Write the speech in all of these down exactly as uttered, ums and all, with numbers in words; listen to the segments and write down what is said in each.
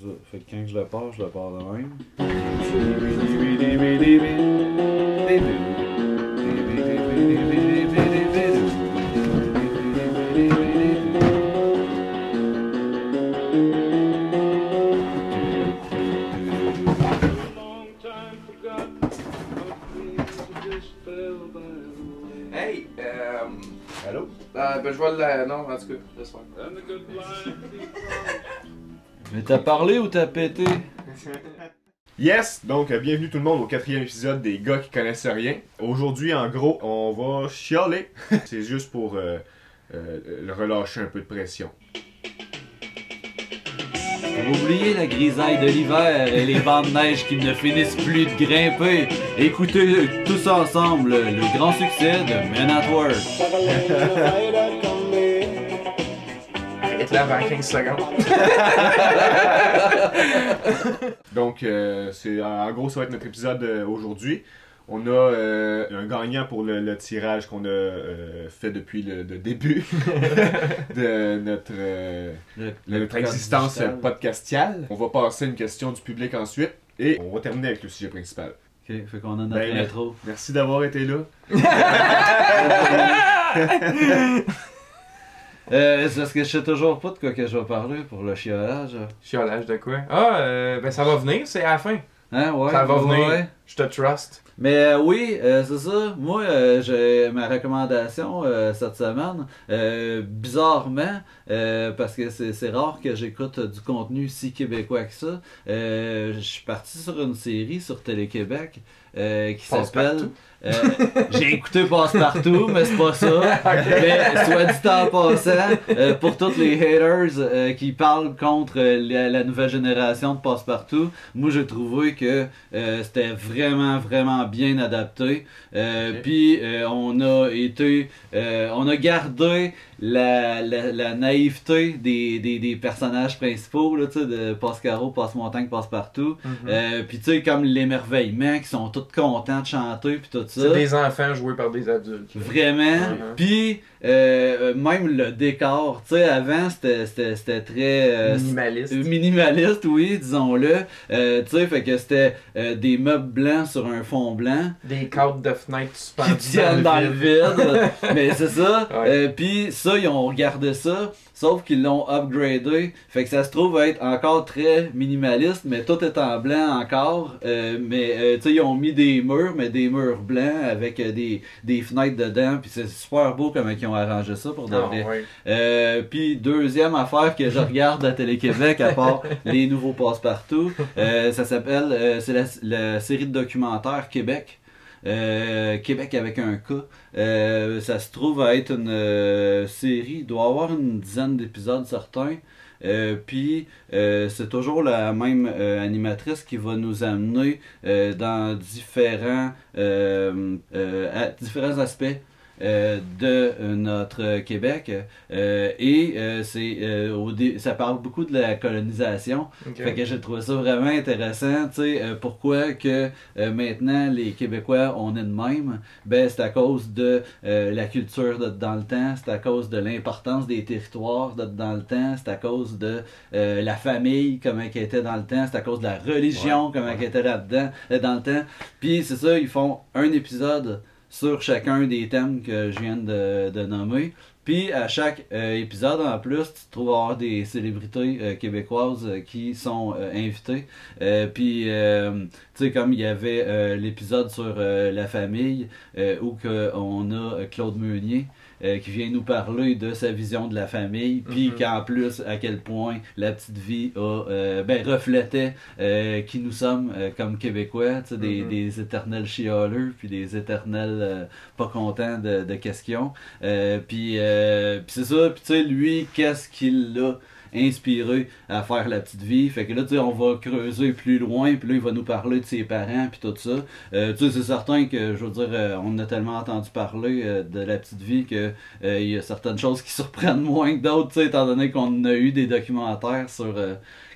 ça. Fait que quand je le pars, je le pars de même. Hey, euh... Allô? Euh, ben je vois le... Non, en tout cas, laisse faire. Mais t'as parlé ou t'as pété? Yes! Donc, euh, bienvenue tout le monde au quatrième épisode des gars qui connaissent rien. Aujourd'hui, en gros, on va chialer. C'est juste pour euh, euh, relâcher un peu de pression. Pour oublier la grisaille de l'hiver et les bancs de neige qui ne finissent plus de grimper, écoutez tous ensemble le grand succès de Men at Work. Arrête là avant quinze secondes. Donc, euh, c'est en gros, ça va être notre épisode euh, aujourd'hui. On a euh, un gagnant pour le, le tirage qu'on a euh, fait depuis le, le début de notre, euh, Le, de notre existence digital. podcastiale. On va passer une question du public ensuite et on va terminer avec le sujet principal. Ok, fait qu'on a notre Ben, intro. Merci d'avoir été là. Euh, c'est parce que je sais toujours pas de quoi que je vais parler pour le chiolage. Chiolage de quoi? Ah, euh, ben ça va venir, c'est à la fin. Hein, ouais. Ça va ouais, venir. ouais. Je te trust. Mais euh, oui, euh, c'est ça. Moi, euh, j'ai ma recommandation euh, cette semaine. Euh, bizarrement, euh, parce que c'est c'est rare que j'écoute du contenu si québécois que ça. Euh, je suis parti sur une série sur Télé-Québec euh, qui s'appelle. Euh, j'ai écouté Passe-Partout, mais c'est pas ça. Mais soit dit en passant, euh, pour tous les haters euh, qui parlent contre euh, la, la nouvelle génération de Passe-Partout, moi j'ai trouvé que euh, c'était vraiment, vraiment bien adapté. Euh, Ok. Puis euh, on a été, euh, on a gardé la, la, la naïveté des, des, des personnages principaux, là, tu sais, de Passe-Caro, Passe-Montagne, Passe-Partout. Euh, puis tu sais, comme l'émerveillement, qui sont tous contents de chanter, puis tout ça. C'est des enfants joués par des adultes. Vraiment. Mhm. Puis euh, même le décor, tu sais, avant c'était c'était c'était très euh, Minimaliste. euh, minimaliste, oui, disons-le. Euh, tu sais, fait que c'était euh, des meubles blancs sur un fond blanc Des cadres de fenêtres qui suspendues tiennent dans le vide. Mais c'est ça. Ouais. Euh, Puis ça, ils ont regardé ça, sauf qu'ils l'ont upgradé. Fait que ça se trouve être encore très minimaliste, mais tout est en blanc encore. Euh, mais euh, tu sais, ils ont mis des murs, mais des murs blancs avec euh, des, des fenêtres dedans. Puis c'est super beau comment ils ont arrangé ça pour de Ah, vrai. ouais. Euh, Puis deuxième affaire que je regarde à Télé-Québec, à part les nouveaux passe-partout, euh, ça s'appelle, euh, c'est la, la série de documentaires Québec. Euh, Québec avec un K. Euh, ça se trouve à être une euh, série, il doit avoir une dizaine d'épisodes certains. Euh, puis euh, c'est toujours la même euh, animatrice qui va nous amener euh, dans différents, euh, euh, à- différents aspects euh, de euh, notre Québec. Euh, et euh, c'est euh, au dé- ça parle beaucoup de la colonisation. Ok. Fait que j'ai trouvé ça vraiment intéressant, tu sais, euh, pourquoi que euh, maintenant les Québécois on est de même, ben c'est à cause de euh, la culture de, dans le temps, c'est à cause de l'importance des territoires de, dans le temps, c'est à cause de euh, la famille comment elle était dans le temps, c'est à cause de la religion Ouais, comment ouais. elle était là-dedans, euh, dans le temps. Puis c'est ça, ils font un épisode sur chacun des thèmes que je viens de, de nommer. Puis à chaque euh, épisode en plus, tu trouves avoir des célébrités euh, québécoises euh, qui sont euh, invitées. Euh, puis euh, tu sais comme il y avait euh, l'épisode sur euh, la famille euh, où que on a euh, Claude Meunier euh, qui vient nous parler de sa vision de la famille, puis Mhm. qu'en plus à quel point la petite vie a euh, ben reflétait euh, qui nous sommes euh, comme Québécois, tu sais, des, Mhm. des éternels chialeux puis des éternels euh, pas contents de, de questions. Euh, puis euh, puis c'est ça, puis tu sais lui qu'est-ce qu'il l'a inspiré à faire la petite vie. Fait que là, tu sais, on va creuser plus loin, puis là, il va nous parler de ses parents, puis tout ça. Euh, tu sais, c'est certain que, je veux dire, euh, on a tellement entendu parler euh, de la petite vie que euh, il y a certaines choses qui surprennent moins que d'autres, tu sais, étant donné qu'on a eu des documentaires sur euh,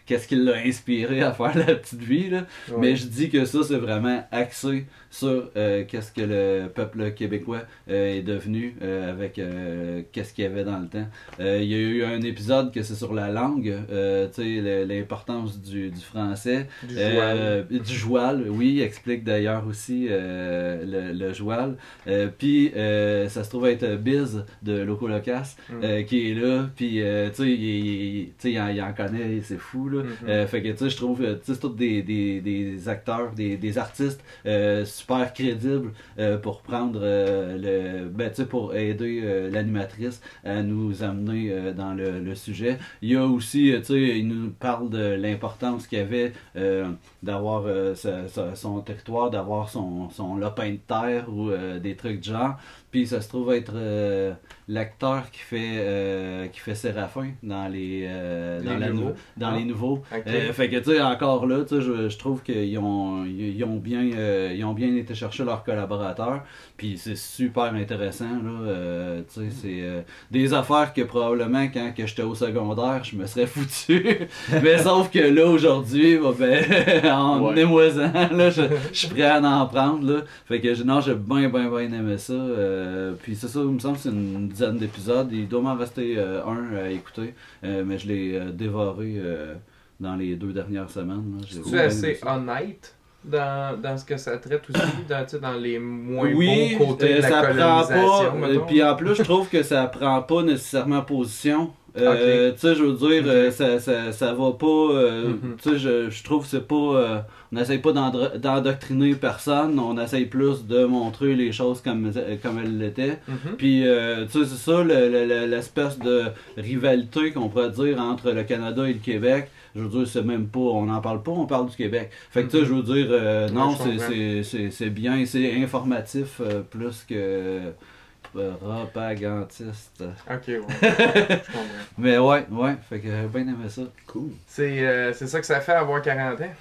qu'est-ce qui l'a inspiré à faire La Petite Vie, là. Ouais. Mais je dis que ça, c'est vraiment axé sur euh, qu'est-ce que le peuple québécois euh, est devenu euh, avec euh, qu'est-ce qu'il y avait dans le temps. Euh, Il y a eu un épisode que c'est sur la langue, euh, tu sais, le- l'importance du, du français. Du Euh, joual. du joual, oui, il explique d'ailleurs aussi euh, le, le joual. Euh, puis euh, ça se trouve être Biz de Loco Locas Mm. euh, qui est là, puis euh, tu sais, il, il- tu sais, il en, il en connaît, c'est fou là. Mhm. Euh, fait que tu sais, je trouve, euh, tu sais, c'est tous des, des, des acteurs, des, des artistes euh, super crédibles euh, pour prendre euh, le, ben tu sais, pour aider euh, l'animatrice à nous amener euh, dans le, le sujet. Il y a aussi, euh, tu sais, il nous parle de l'importance qu'il y avait euh, d'avoir euh, sa- sa- son territoire, d'avoir son, son lopin de terre ou euh, des trucs du genre. Puis ça se trouve être euh, l'acteur qui fait euh, qui fait Séraphin dans les euh, Les dans, la nouveaux. nou- dans Ah. les nouveaux. Ok. Euh, fait que tu sais encore là, tu sais, je, je trouve qu'ils ont ils ont bien euh, ils ont bien été chercher leurs collaborateurs. Puis c'est super intéressant là. Euh, tu sais, c'est euh, des affaires que probablement quand que j'étais au secondaire, je me serais foutu. Mais sauf que là aujourd'hui, bah, ben, en Ouais. émoisant, là, je, je suis prêt à en prendre là. Fait que non, j'ai bien bien bien aimé ça. Euh, puis c'est ça, il me semble que c'est une dizaine d'épisodes. Il doit m'en rester euh, un à écouter. Euh, mais je l'ai euh, dévoré euh, dans les deux dernières semaines. Là. J'ai Tu bien es aimé assez ça. honnête dans, dans ce que ça traite aussi, dans, tu sais, dans les moins Oui, bons côtés euh, de la ça prend colonisation. pas. mettons. Puis en plus, je trouve que ça prend pas nécessairement position. Euh, Tu sais, je veux dire, Ok. euh, ça, ça, ça va pas. euh, Mhm. Tu sais, je, je trouve que c'est pas. euh, on n'essaye pas d'endro- d'endoctriner personne, on essaye plus de montrer les choses comme, comme elles l'étaient. Mhm. Puis, euh, tu sais, c'est ça, le- le- le- l'espèce de rivalité qu'on pourrait dire entre le Canada et le Québec. Je veux dire, c'est même pas, on n'en parle pas, on parle du Québec. Fait que, tu sais, je veux dire, euh, Ouais, non, je c'est- comprends. c'est c'est- c'est bien, c'est informatif euh, plus que euh, propagandiste. Ok, ouais. Je comprends. Mais ouais, ouais, fait que j'ai bien aimé ça. Cool. C'est euh, c'est ça que ça fait avoir quarante ans.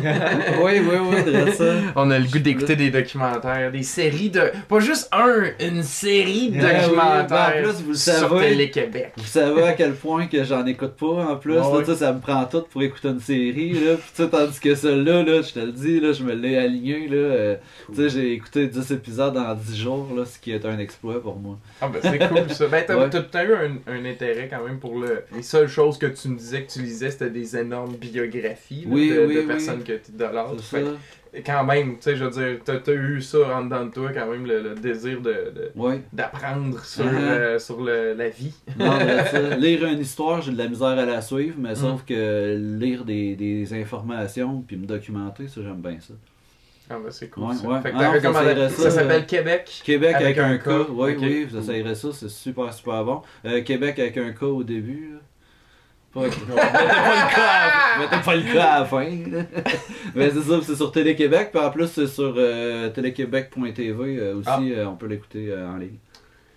oui, oui, oui, de ça. On a le goût d'écouter des documentaires, des séries de. Pas juste un, une série de Ah oui, documentaires ben, en plus, vous le sur savez. Télé-Québec. Vous savez à quel point que j'en écoute pas en plus, Ouais, là, ouais. tu sais, ça me prend tout pour écouter une série, là, pis tu sais, tandis que celle-là, là, je te le dis, là, je me l'ai aligné, là, euh, tu sais, j'ai écouté dix épisodes en dix jours, là, ce qui est un exploit pour moi. Ah ben c'est cool ça. Ben t'as Ouais. t'as- t'as eu un, un intérêt quand même pour le. Les seules choses que tu me disais que tu lisais c'était des énormes biographies là, Oui, de, oui, de oui. personnes que tu idolâtres. C'est ça? Fait que quand même, tu sais, je veux dire, t'as t'as eu ça en dedans de toi quand même le, le désir de, de- Ouais. d'apprendre sur, Uh-huh. euh, sur le- la vie. Non, mais ça, lire une histoire, j'ai de la misère à la suivre, mais sauf que lire des, des informations puis me documenter, ça, j'aime bien ça. Ah ben c'est cool Ouais, ça. ouais. Fait que Ah, ta on recommandation- s'essayerait ça, ça, s'appelle euh, Québec. Québec avec, Avec un un K, K, oui, ok. oui, vous essayerez ça, c'est super, super bon. Euh, Québec avec un K au début, là. Pas... Mettez pas le K à... Mettez pas le K à la fin, là. Mais c'est ça, c'est sur Télé-Québec, puis en plus c'est sur euh, téléquébec point t v euh, aussi, Ah. euh, on peut l'écouter euh, en ligne.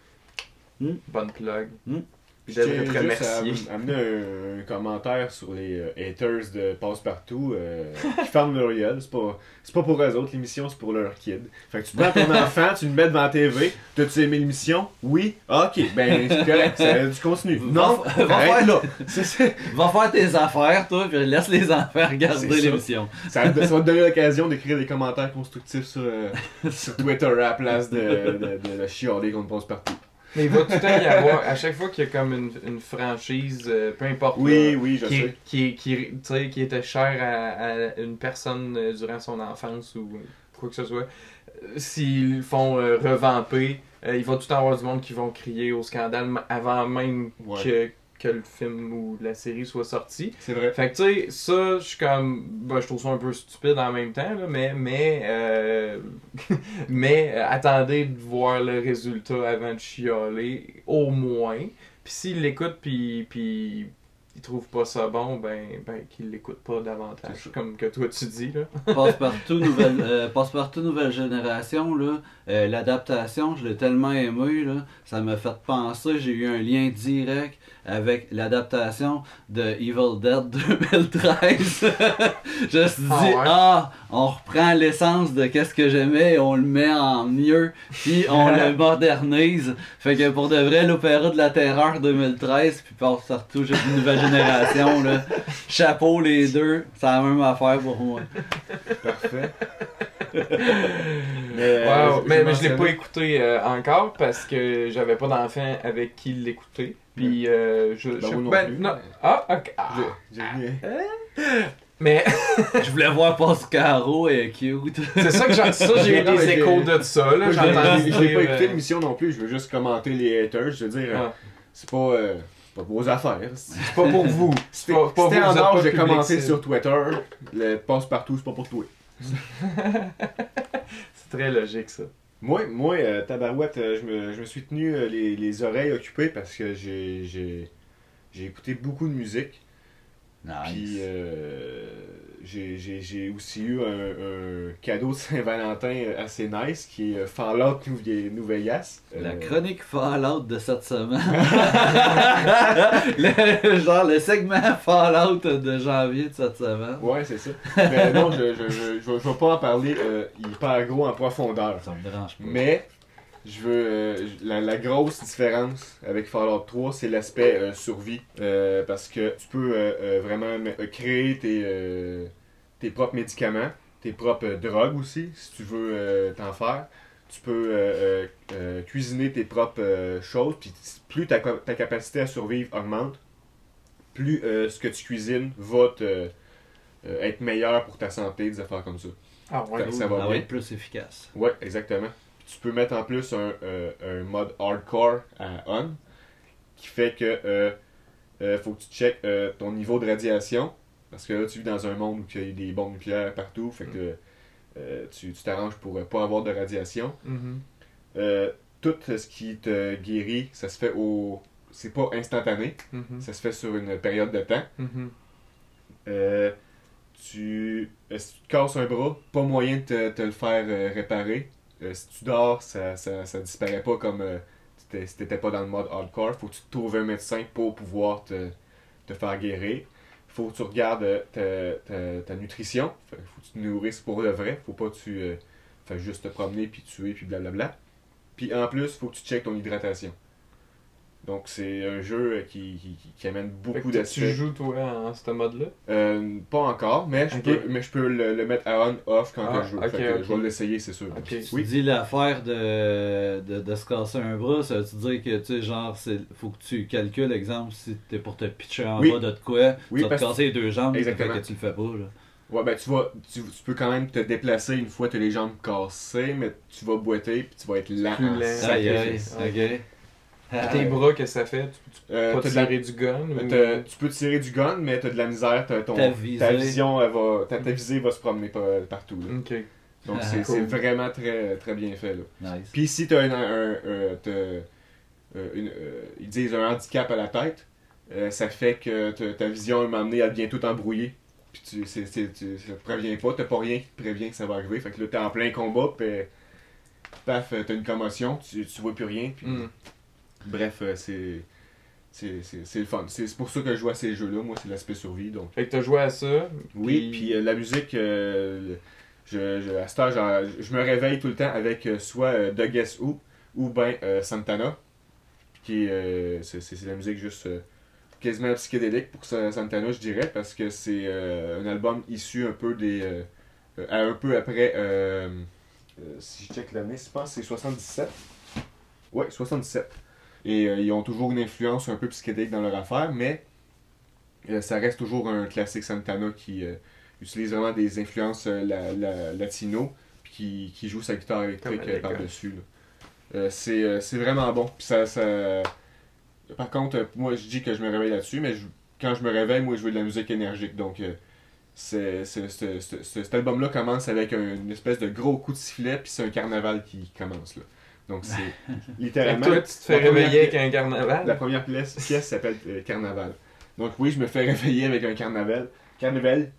Bonne plug. Hmm. Je Je devrais tiens te juste à remercier. am- amener un, un commentaire sur les euh, haters de Passepartout euh, qui ferment leur gueule. C'est pas, c'est pas pour eux autres, l'émission, c'est pour leur kid. Fait que tu prends ton enfant, tu le mets devant la T V. T'as-tu aimé l'émission? Oui? Ah, ok, ben c'est correct, ça- tu continues. Va- Non, va- va arrête faire- là. C'est- c'est- Va faire tes affaires, toi, puis laisse les enfants regarder C'est ça. l'émission. Ça, va te- ça va te donner l'occasion d'écrire des commentaires constructifs sur, euh, sur Twitter à la place de, de, de, de chialer qu'on passe partout. Mais il va tout le temps y avoir, à chaque fois qu'il y a comme une, une franchise, euh, peu importe, Oui, là, oui, je qui, sais. qui, qui, tu sais, qui était chère à, à une personne euh, durant son enfance ou quoi que ce soit, euh, s'ils le font euh, revamper, euh, il va tout le temps avoir du monde qui vont crier au scandale m- avant même Ouais. que, que le film ou la série soit sorti. C'est vrai. Fait que tu sais, ça, je suis comme. Ben, je trouve ça un peu stupide en même temps, là, mais. Mais, euh, mais euh, attendez de voir le résultat avant de chialer, au moins. Puis s'il l'écoute, puis. puis il trouve pas ça bon, ben, ben qu'il l'écoute pas C'est davantage, ça. comme que toi tu dis, là. Passe-partout, nouvelle, euh, Passe-partout, nouvelle génération, là, euh, l'adaptation, je l'ai tellement aimé, là, ça m'a fait penser, j'ai eu un lien direct avec l'adaptation de Evil Dead deux mille treize. Je me suis dit, Ah ouais? ah, on reprend l'essence de qu'est-ce que j'aimais et on le met en mieux, puis on le modernise. Fait que pour de vrai, l'Opéra de la Terreur deux mille treize, puis passe surtout juste une nouvelle génération, là. Chapeau les deux, c'est la même affaire pour moi. Parfait. Mais, euh, wow. je- mais, je mais je l'ai mentionnais- pas écouté euh, encore parce que j'avais pas d'enfant avec qui l'écouter. Puis euh, je, Ben, je- moi non ben, plus. non. Ah, ok. Ah. J'ai- j'ai- Mais Je voulais voir Pascaro et cute. c'est ça que j'ai, ça, j'ai eu Non, mais des j'ai- échos de ça. Là, Moi, j'ai je l'ai- entendu je l'ai dire, pas écouté euh, l'émission non plus, je veux juste commenter les haters, je veux dire, euh, ah, c'est pas, euh, pas vos affaires. C'est c'est pas pour vous. C'était pas- pas c'était vous, en vous êtes âge pas de public commenter cible. sur Twitter, le passe-partout, c'est pas pour toi. C'est très logique ça. Moi, moi euh, tabarouette, euh, je me, je me suis tenu euh, les, les oreilles occupées parce que j'ai j'ai j'ai écouté beaucoup de musique. Puis Nice. euh, j'ai j'ai- j'ai aussi eu un, un cadeau de Saint-Valentin assez nice qui est euh, Fallout New, New Vegas. Euh, La chronique Fallout de cette semaine. le, genre le segment Fallout de janvier de cette semaine. Ouais, c'est ça. Mais non, je je, je, je, je vais pas en parler euh, hyper gros en profondeur. Ça me dérange pas. Mais je veux euh, la, la grosse différence avec Fallout trois, c'est l'aspect euh, survie. Euh, parce que tu peux euh, euh, vraiment m- euh, créer tes, euh, tes propres médicaments, tes propres euh, drogues aussi, si tu veux euh, t'en faire. Tu peux euh, euh, euh, cuisiner tes propres euh, choses, puis plus ta, co- ta capacité à survivre augmente, plus euh, ce que tu cuisines va te, euh, être meilleur pour ta santé, des affaires comme ça. Ah ouais. Ça Ça va va bien. être plus efficace. Ouais, exactement. Puis tu peux mettre en plus un, euh, un mode hardcore à on, qui fait que euh, euh, faut que tu checkes euh, ton niveau de radiation, parce que là tu vis dans un monde où il y a des bombes nucléaires partout, fait que euh, tu tu t'arranges pour euh, pas avoir de radiation. Mhm. Euh, tout ce qui te guérit, ça se fait au... C'est pas instantané, Mhm. ça se fait sur une période de temps. Mhm. Euh, tu, euh, si tu te casses un bras, pas moyen de te, te le faire euh, réparer. Euh, si tu dors, ça, ça, ça disparaît pas comme euh, t'étais- si t'étais pas dans le mode hardcore. Faut que tu te trouves un médecin pour pouvoir te, te faire guérir. Faut que tu regardes euh, ta, ta, ta nutrition. Fait- Faut que tu te nourrisses pour le vrai. Faut pas que tu euh, fasses juste te promener puis tuer puis blablabla. Puis en plus, faut que tu checkes ton hydratation. Donc c'est un jeu euh, qui, qui, qui amène Fait beaucoup que d'aspects. tu joues toi en ce mode-là? Euh, pas encore, mais je Ok. peux, mais je peux le, le mettre à on-off quand Ah, que je joue. ok, Fait que ok. je vais l'essayer, c'est sûr. Ok. Tu Oui. dis l'affaire de, de, de se casser un bras, ça veut-tu dire que, tu sais, genre, c'est, faut que tu calcules, exemple, si t'es pour te pitcher en Oui. bas de quoi, Oui, tu vas te parce que- casser les deux jambes, ça fait Exactement. que tu le fais pas, là. Ouais, ben tu vas, tu, tu peux quand même te déplacer une fois que t'as les jambes cassées, mais tu vas boiter puis tu vas être lent. Plus en lent. Aïe, aïe, sacrifice. ok. À tes bras, qu'est-ce que ça fait? Tu, tu Euh, peux pas t'as- tirer du gun? ou- t'as- tu peux tirer du gun, mais t'as de la misère, t'as ton, Ta visée. ta vision, elle va, ta, ta visée va se promener par- partout. Là. Ok. Donc Ah, c'est cool. c'est vraiment très, très bien fait. Là. Nice. Puis si t'as un, un, un- t'as, euh, une, euh, ils disent un handicap à la tête, euh, ça fait que t'as- ta vision, à un moment donné, elle devient tout embrouillée. Puis tu, c'est, c'est, tu, ça te prévient pas, t'as pas rien qui te prévient que ça va arriver. Fait que là, t'es en plein combat, puis paf, t'as une commotion, tu, tu vois plus rien. Puis, Mm. bref, euh, c'est, c'est, c'est, c'est le fun. C'est, c'est pour ça que je joue à ces jeux-là. Moi, c'est l'aspect survie. Donc. Fait que t'as joué à ça. Oui, puis euh, la musique, euh, je, je, à cet âge, euh, je me réveille tout le temps avec euh, soit euh, The Guess Who ou ben euh, Santana, qui est, euh, c'est, c'est, c'est la musique juste euh, quasiment psychédélique pour Sa- Santana, je dirais, parce que c'est euh, un album issu un peu des... euh, euh, un peu après... euh, euh, si je check l'année, je pense que c'est soixante-dix-sept. Ouais, soixante-dix-sept. Et euh, ils ont toujours une influence un peu psychédélique dans leur affaire, mais euh, ça reste toujours un classique Santana qui euh, utilise vraiment des influences euh, la, la- latino, puis qui, qui joue sa guitare électrique Comme à euh, l'école. par-dessus. là. Euh, c'est, euh, c'est vraiment bon. Puis ça, ça... Par contre, euh, moi je dis que je me réveille là-dessus, mais je- quand je me réveille, moi je veux de la musique énergique. Donc euh, c'est, c'est, c'est- c'est- c'est- cet album-là commence avec un- une espèce de gros coup de sifflet, puis c'est un carnaval qui commence. Là. Donc c'est Fait que littéralement... toi, tu te fais la première réveiller avec pi- un carnaval. La première pièce, pièce s'appelle euh, Carnaval. Donc oui, je me fais réveiller avec un carnaval. Carnaval.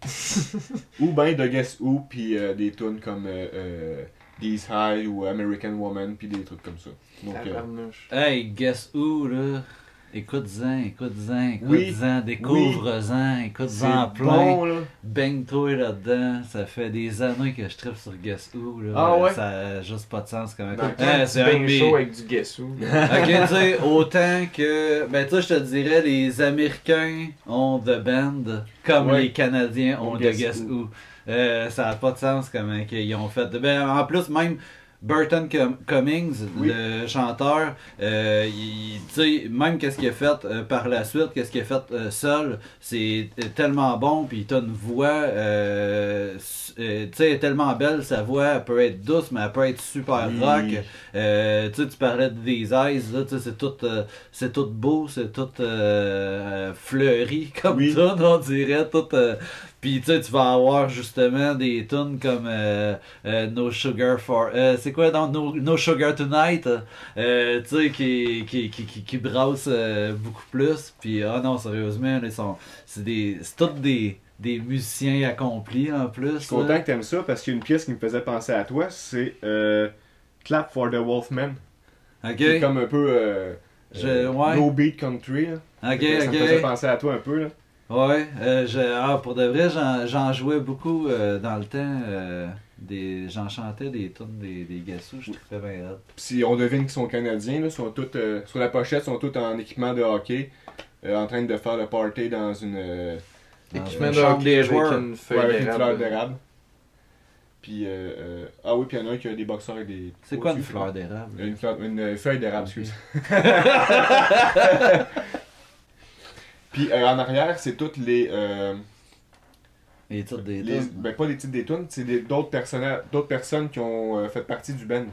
Ou ben de Guess Who, puis euh, des tunes comme euh, euh, These High ou American Woman, puis des trucs comme ça. Donc, euh, Tabarnouche. Hey, guess who, là? Écoute-en, écoute-en, Oui. écoute-en, découvre-en, C'est écoute-en plein. bon, là. Baigne-toi là-dedans. Ça fait des années que je tripe sur Guess Who. Là. Ah ouais? Ça a juste pas de sens quand même. Dans Ah, le c'est un de bain mes- chaud avec du Guess Who. là. Ok, tu sais, autant que. Ben, tu sais, je te dirais, les Américains ont The Band comme Ouais. les Canadiens ont On The Guess Guess Who. Who. Euh, ça n'a pas de sens comment qu'ils ont fait. Ben, en plus, même. Burton Com- Cummings, Oui. le chanteur, euh, il- tu sais, même qu'est-ce qu'il a fait euh, par la suite, qu'est-ce qu'il a fait euh, seul, c'est euh, tellement bon, puis il a une voix, euh, s- euh, tu sais, elle est tellement belle, sa voix, elle peut être douce, mais elle peut être super Oui. rock. Euh, tu sais, tu parlais de These Eyes, là, tu sais, c'est tout, euh, c'est tout beau, c'est tout euh, euh, fleuri comme Oui. ça, on dirait, tout... euh, puis tu sais, tu vas avoir justement des tunes comme euh, euh, No Sugar for... euh, c'est quoi donc No, No Sugar Tonight? Euh, tu sais, qui, qui, qui, qui, qui brasse euh, beaucoup plus. Puis ah non, sérieusement, là, ils sont, c'est des, c'est tous des, des musiciens accomplis en plus. Je suis content que t'aimes ça parce qu'il y a une pièce qui me faisait penser à toi, c'est euh, Clap for the Wolfman. Ok, Qui est comme un peu euh, Je- euh, ouais. low beat country. Là. ok, Ça me faisait ok. penser à toi un peu. Là. Ouais, euh, je, ah, pour de vrai, j'en, j'en jouais beaucoup euh, dans le temps. Euh, des, j'en chantais des tunes des, des Guess Who, je trouvais bien hot. Puis si on devine qu'ils sont canadiens, là, sont tous, euh, sur la pochette, sont tous en équipement de hockey, euh, en train de faire le party dans une, euh, Dans Équipement une de chambre hockey des avec joueurs. une ouais, feuille avec une fleur d'érable. d'érable. Puis, euh, euh, ah oui, puis il y en a un qui a des boxeurs avec des. C'est quoi une au-dessus, fleur d'érable? Une, fleur- une euh, feuille d'érable, Ok. excuse. Puis euh, en arrière, c'est toutes les. euh, Les titres des les tunes. ben, pas les titres des tunes, c'est des- d'autres personnages- d'autres personnes qui ont euh, fait partie du band.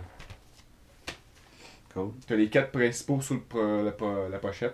Cool. T'as les quatre principaux sur le pro- la, po- la pochette,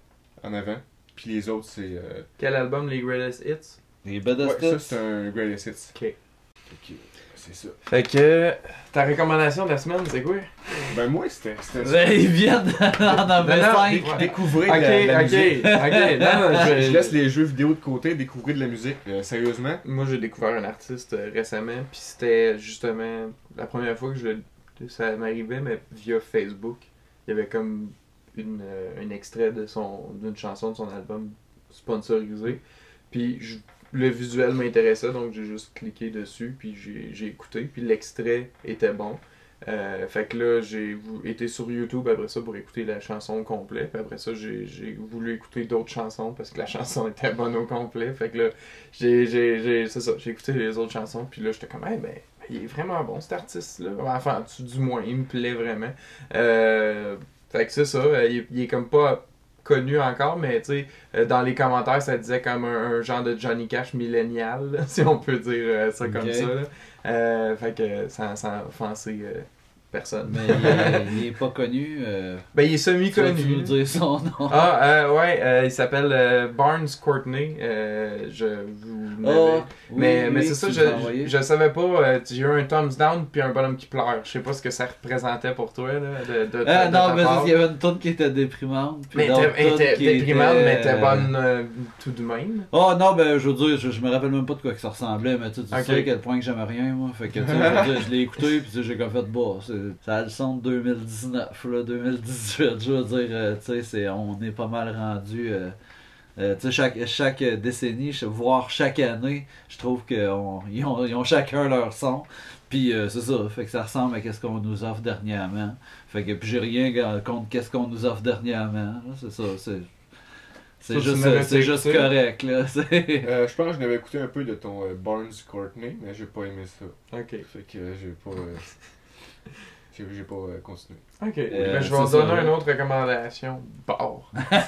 en avant. Puis les autres, c'est. euh, Quel album, les Greatest Hits? Les Ouais, Badass ça, c'est un Greatest Hits. Ok. Ok, c'est ça. Fait que, ta recommandation de la semaine, c'est quoi? Ben, moi, c'était. c'était ça. Ben, ils viennent d'en nommer Non, non, cinq. Déc- ouais. Découvrez Ok, de la, de la ok, musique. ok. Non, non, Je, je, laisse les jeux vidéo de côté, découvrir de la musique. Euh, sérieusement. Moi, j'ai découvert un artiste euh, récemment, puis c'était justement la première fois que je, ça m'arrivait, mais via Facebook. Il y avait comme une, euh, un extrait de son d'une chanson de son album sponsorisé. Puis je- le visuel m'intéressait, donc j'ai juste cliqué dessus, puis j'ai j'ai écouté, puis l'extrait était bon. Euh, fait que là, j'ai vou- été sur YouTube après ça pour écouter la chanson au complet. Puis après ça, j'ai j'ai voulu écouter d'autres chansons parce que la chanson était bonne au complet. Fait que là, j'ai j'ai- j'ai- c'est ça, j'ai écouté les autres chansons. Puis là, j'étais comme, hey, ben, il est vraiment bon cet artiste-là. Enfin, tu- du moins, il me plaît vraiment. Euh, fait que c'est ça, euh, il, est- il est comme pas connu encore, mais tu sais, euh, dans les commentaires, ça disait comme un, un genre de Johnny Cash millénial, là, si on peut dire euh, ça comme Ok. ça. Là. Euh, fait que sans, sans offenser euh, personne. Mais il est, il est pas connu. Euh, Ben, il est tu vas-tu semi-connu. nous dire son nom? Ah, euh, ouais, euh, il s'appelle euh, Barnes Courtney. Euh, je vous l'avais- Ah, oui, mais oui, mais oui, c'est ça, tu je, me l'as envoyé. je, je savais pas. euh, j'ai eu un thumbs down puis un bonhomme qui pleure. Je sais pas ce que ça représentait pour toi. Là, de, de, de- Ah de non, ta mais c'est part. parce qu'il y avait une tune qui était déprimante. puis Mais d'autres elle était- elle tunes était qui déprimante, étaient, mais elle était euh, bonne euh, tout de même. Oh non, ben je veux dire, je, je me rappelle même pas de quoi que ça ressemblait, mais tu, sais, tu Ok. sais à quel point que j'aimais rien, moi. Fait que tu sais, je, veux dire, je l'ai écouté, puis tu sais, j'ai comme fait, bah, c'est- ça a le son de deux mille dix-neuf, là, deux mille dix-huit, je veux dire, euh, tu sais, c'est- on est pas mal rendu. Euh, euh, tu sais, chaque, chaque décennie, ch- voire chaque année, je trouve qu'ils ont, ils ont chacun leur son. Puis euh, c'est ça, fait que ça ressemble à ce qu'on nous offre dernièrement. Fait que puis j'ai rien ga- contre qu'est-ce qu'on nous offre dernièrement. là, C'est ça, c'est. C'est Ça, tu juste, n'avais c'est pas juste écouté? correct, là. c'est- Euh, je pense que je n'avais écouté un peu de ton euh, Barnes Courtney, mais j'ai pas aimé ça. Ok. Fait que euh, j'ai pas. euh, j'ai j'ai pas euh, continué. Ok. Euh, Ben, je vais c'est vous ça, donner ouais. une autre recommandation. Bar.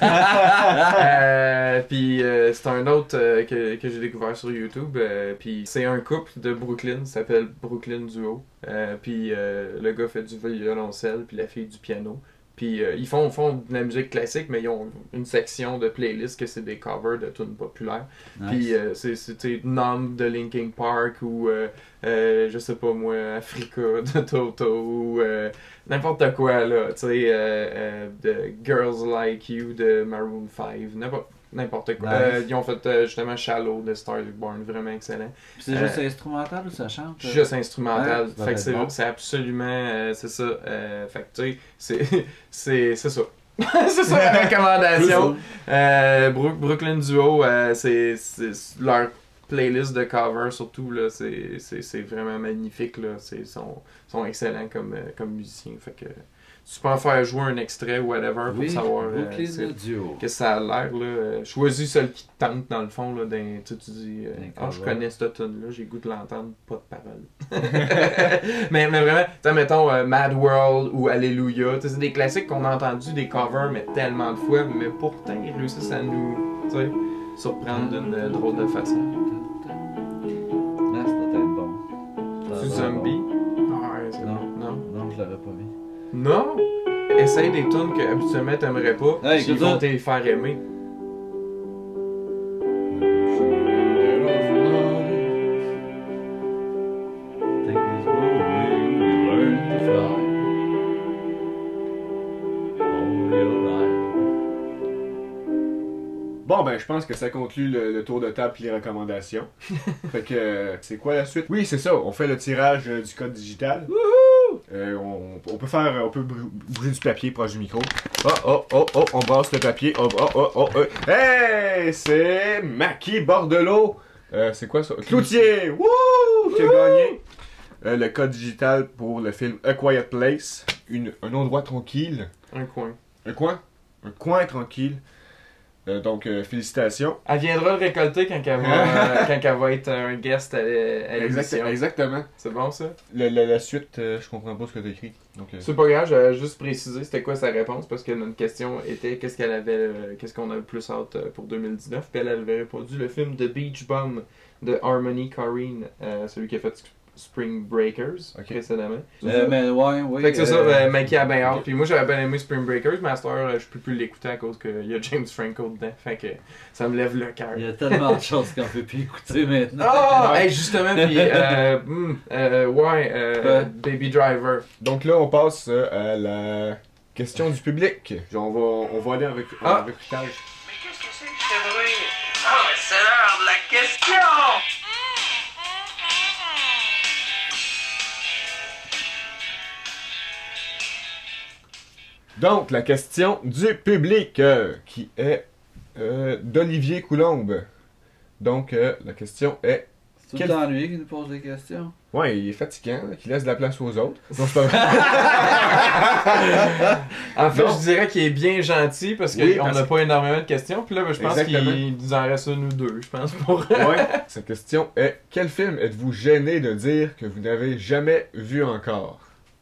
euh, puis euh, c'est un autre euh, que, que j'ai découvert sur YouTube. euh, puis c'est un couple de Brooklyn, ça s'appelle Brooklyn Duo. Euh, puis euh, le gars fait du violoncelle, puis la fille du piano. Puis euh, ils font, font de la musique classique, mais ils ont une section de playlist que c'est des covers de tunes populaires. Puis Nice. euh, c'est c'était Numb de Linkin Park ou euh, euh, je sais pas moi Africa de Toto ou euh, n'importe quoi là, tu sais euh, euh, de Girls Like You de Maroon five, n'importe n'importe quoi. Nice. Euh, ils ont fait euh, justement Shallow de Stars Born, vraiment excellent. Puis c'est juste instrumental ou ça chante? euh? Juste instrumental. Ouais, ça fait que va c'est être bon. c'est absolument euh, c'est ça. Euh, fait que tu sais c'est c'est c'est ça. C'est ça la recommandation. Euh, Brook, Brooklyn Duo, euh, c'est, c'est leur playlist de cover surtout, là, c'est, c'est, c'est vraiment magnifique. Là. C'est, ils sont, sont excellents comme, euh, comme musiciens. Fait que, tu peux en faire jouer un extrait ou whatever pour Oui, savoir euh, Brooklyn c'est- Duo. qu'est-ce que ça a l'air. Là. Euh, Choisis celle qui te tente dans le fond. Là, d'un- tu sais, tu dis, euh, D'un ah, je cover. connais cette tune là j'ai goût de l'entendre, pas de parole. mais, mais vraiment, tu sais, mettons euh, Mad World ou Alléluia, tu sais, c'est des classiques qu'on a entendus, des covers, mais tellement de fois, mais pourtant ils réussissent à nous tu sais, surprendre d'une euh, drôle de façon. Là, ça doit être bon. Ça Tu doit être Zombie? bon. Ah, ouais, c'est Non. bon. Non. Non, je l'aurais pas mis. Non! Essaye des tunes que habituellement t'aimerais pas, Hey, s'ils écoute vont ça. te les faire aimer. Take this wing, we learn to fly. All your life. Bon, ben, je pense que ça conclut le, le tour de table et les recommandations. Fait que, euh, c'est quoi la suite? Oui, c'est ça, on fait le tirage euh, du code digital. Euh, on, on peut faire, on peut brou- bouger du papier proche du micro. Oh, oh, oh, oh, on brasse le papier. Oh, oh, oh, oh, oh. Hey, c'est Maki Bordelot. Euh, c'est quoi ça? Cloutier! Wouh! Qui a gagné euh, le code digital pour le film A Quiet Place. Une, un endroit tranquille. Un coin. Un coin? Un coin tranquille. Euh, donc, euh, félicitations. Elle viendra le récolter quand elle va, euh, quand elle va être un guest à, l'é- à Exact- l'émission. exactement. C'est bon ça? Le- le- la suite, euh, je comprends pas ce que t'as écrit. Donc, euh, C'est pas grave, j'avais juste précisé c'était quoi sa réponse parce que notre question était qu'est-ce qu'elle avait, euh, qu'est-ce qu'on avait plus hâte euh, pour deux mille dix-neuf. Puis elle avait répondu le film The Beach Bum de Harmony Korine, euh, celui qui a fait Spring Breakers Ok. précédemment. Euh, mais ouais, oui. Fait que c'est ça, euh, euh, Mikey a bien hâte. Puis moi j'avais bien aimé Spring Breakers, mais à cette heure, euh, je peux plus l'écouter à cause qu'il y a James Franco dedans. Fait que ça me lève le cœur. Il y a tellement de choses qu'on peut plus écouter maintenant. Ah! Hey, justement, puis euh, hmm, euh, ouais, euh, Quoi? Baby Driver. donc là, on passe euh, à la question du public. On va, on va aller avec, Ah. avec Ritage. Mais qu'est-ce que c'est que ce bruit? Ah, mais c'est l'heure de la question! Donc, la question du public, euh, qui est euh, d'Olivier Coulombe. Donc, euh, la question est... C'est tout Quel- le temps lui qui nous pose des questions. Ouais, il est fatigant, là, qu'il laisse de la place aux autres. Non, c'est pas vrai. En fait, Non. je dirais qu'il est bien gentil parce qu'on Oui, n'a parce- pas énormément de questions. Puis là, ben, je pense Exactement. qu'il nous en reste une ou deux, je pense, pour... Ouais. Sa question est, quel film êtes-vous gêné de dire que vous n'avez jamais vu encore?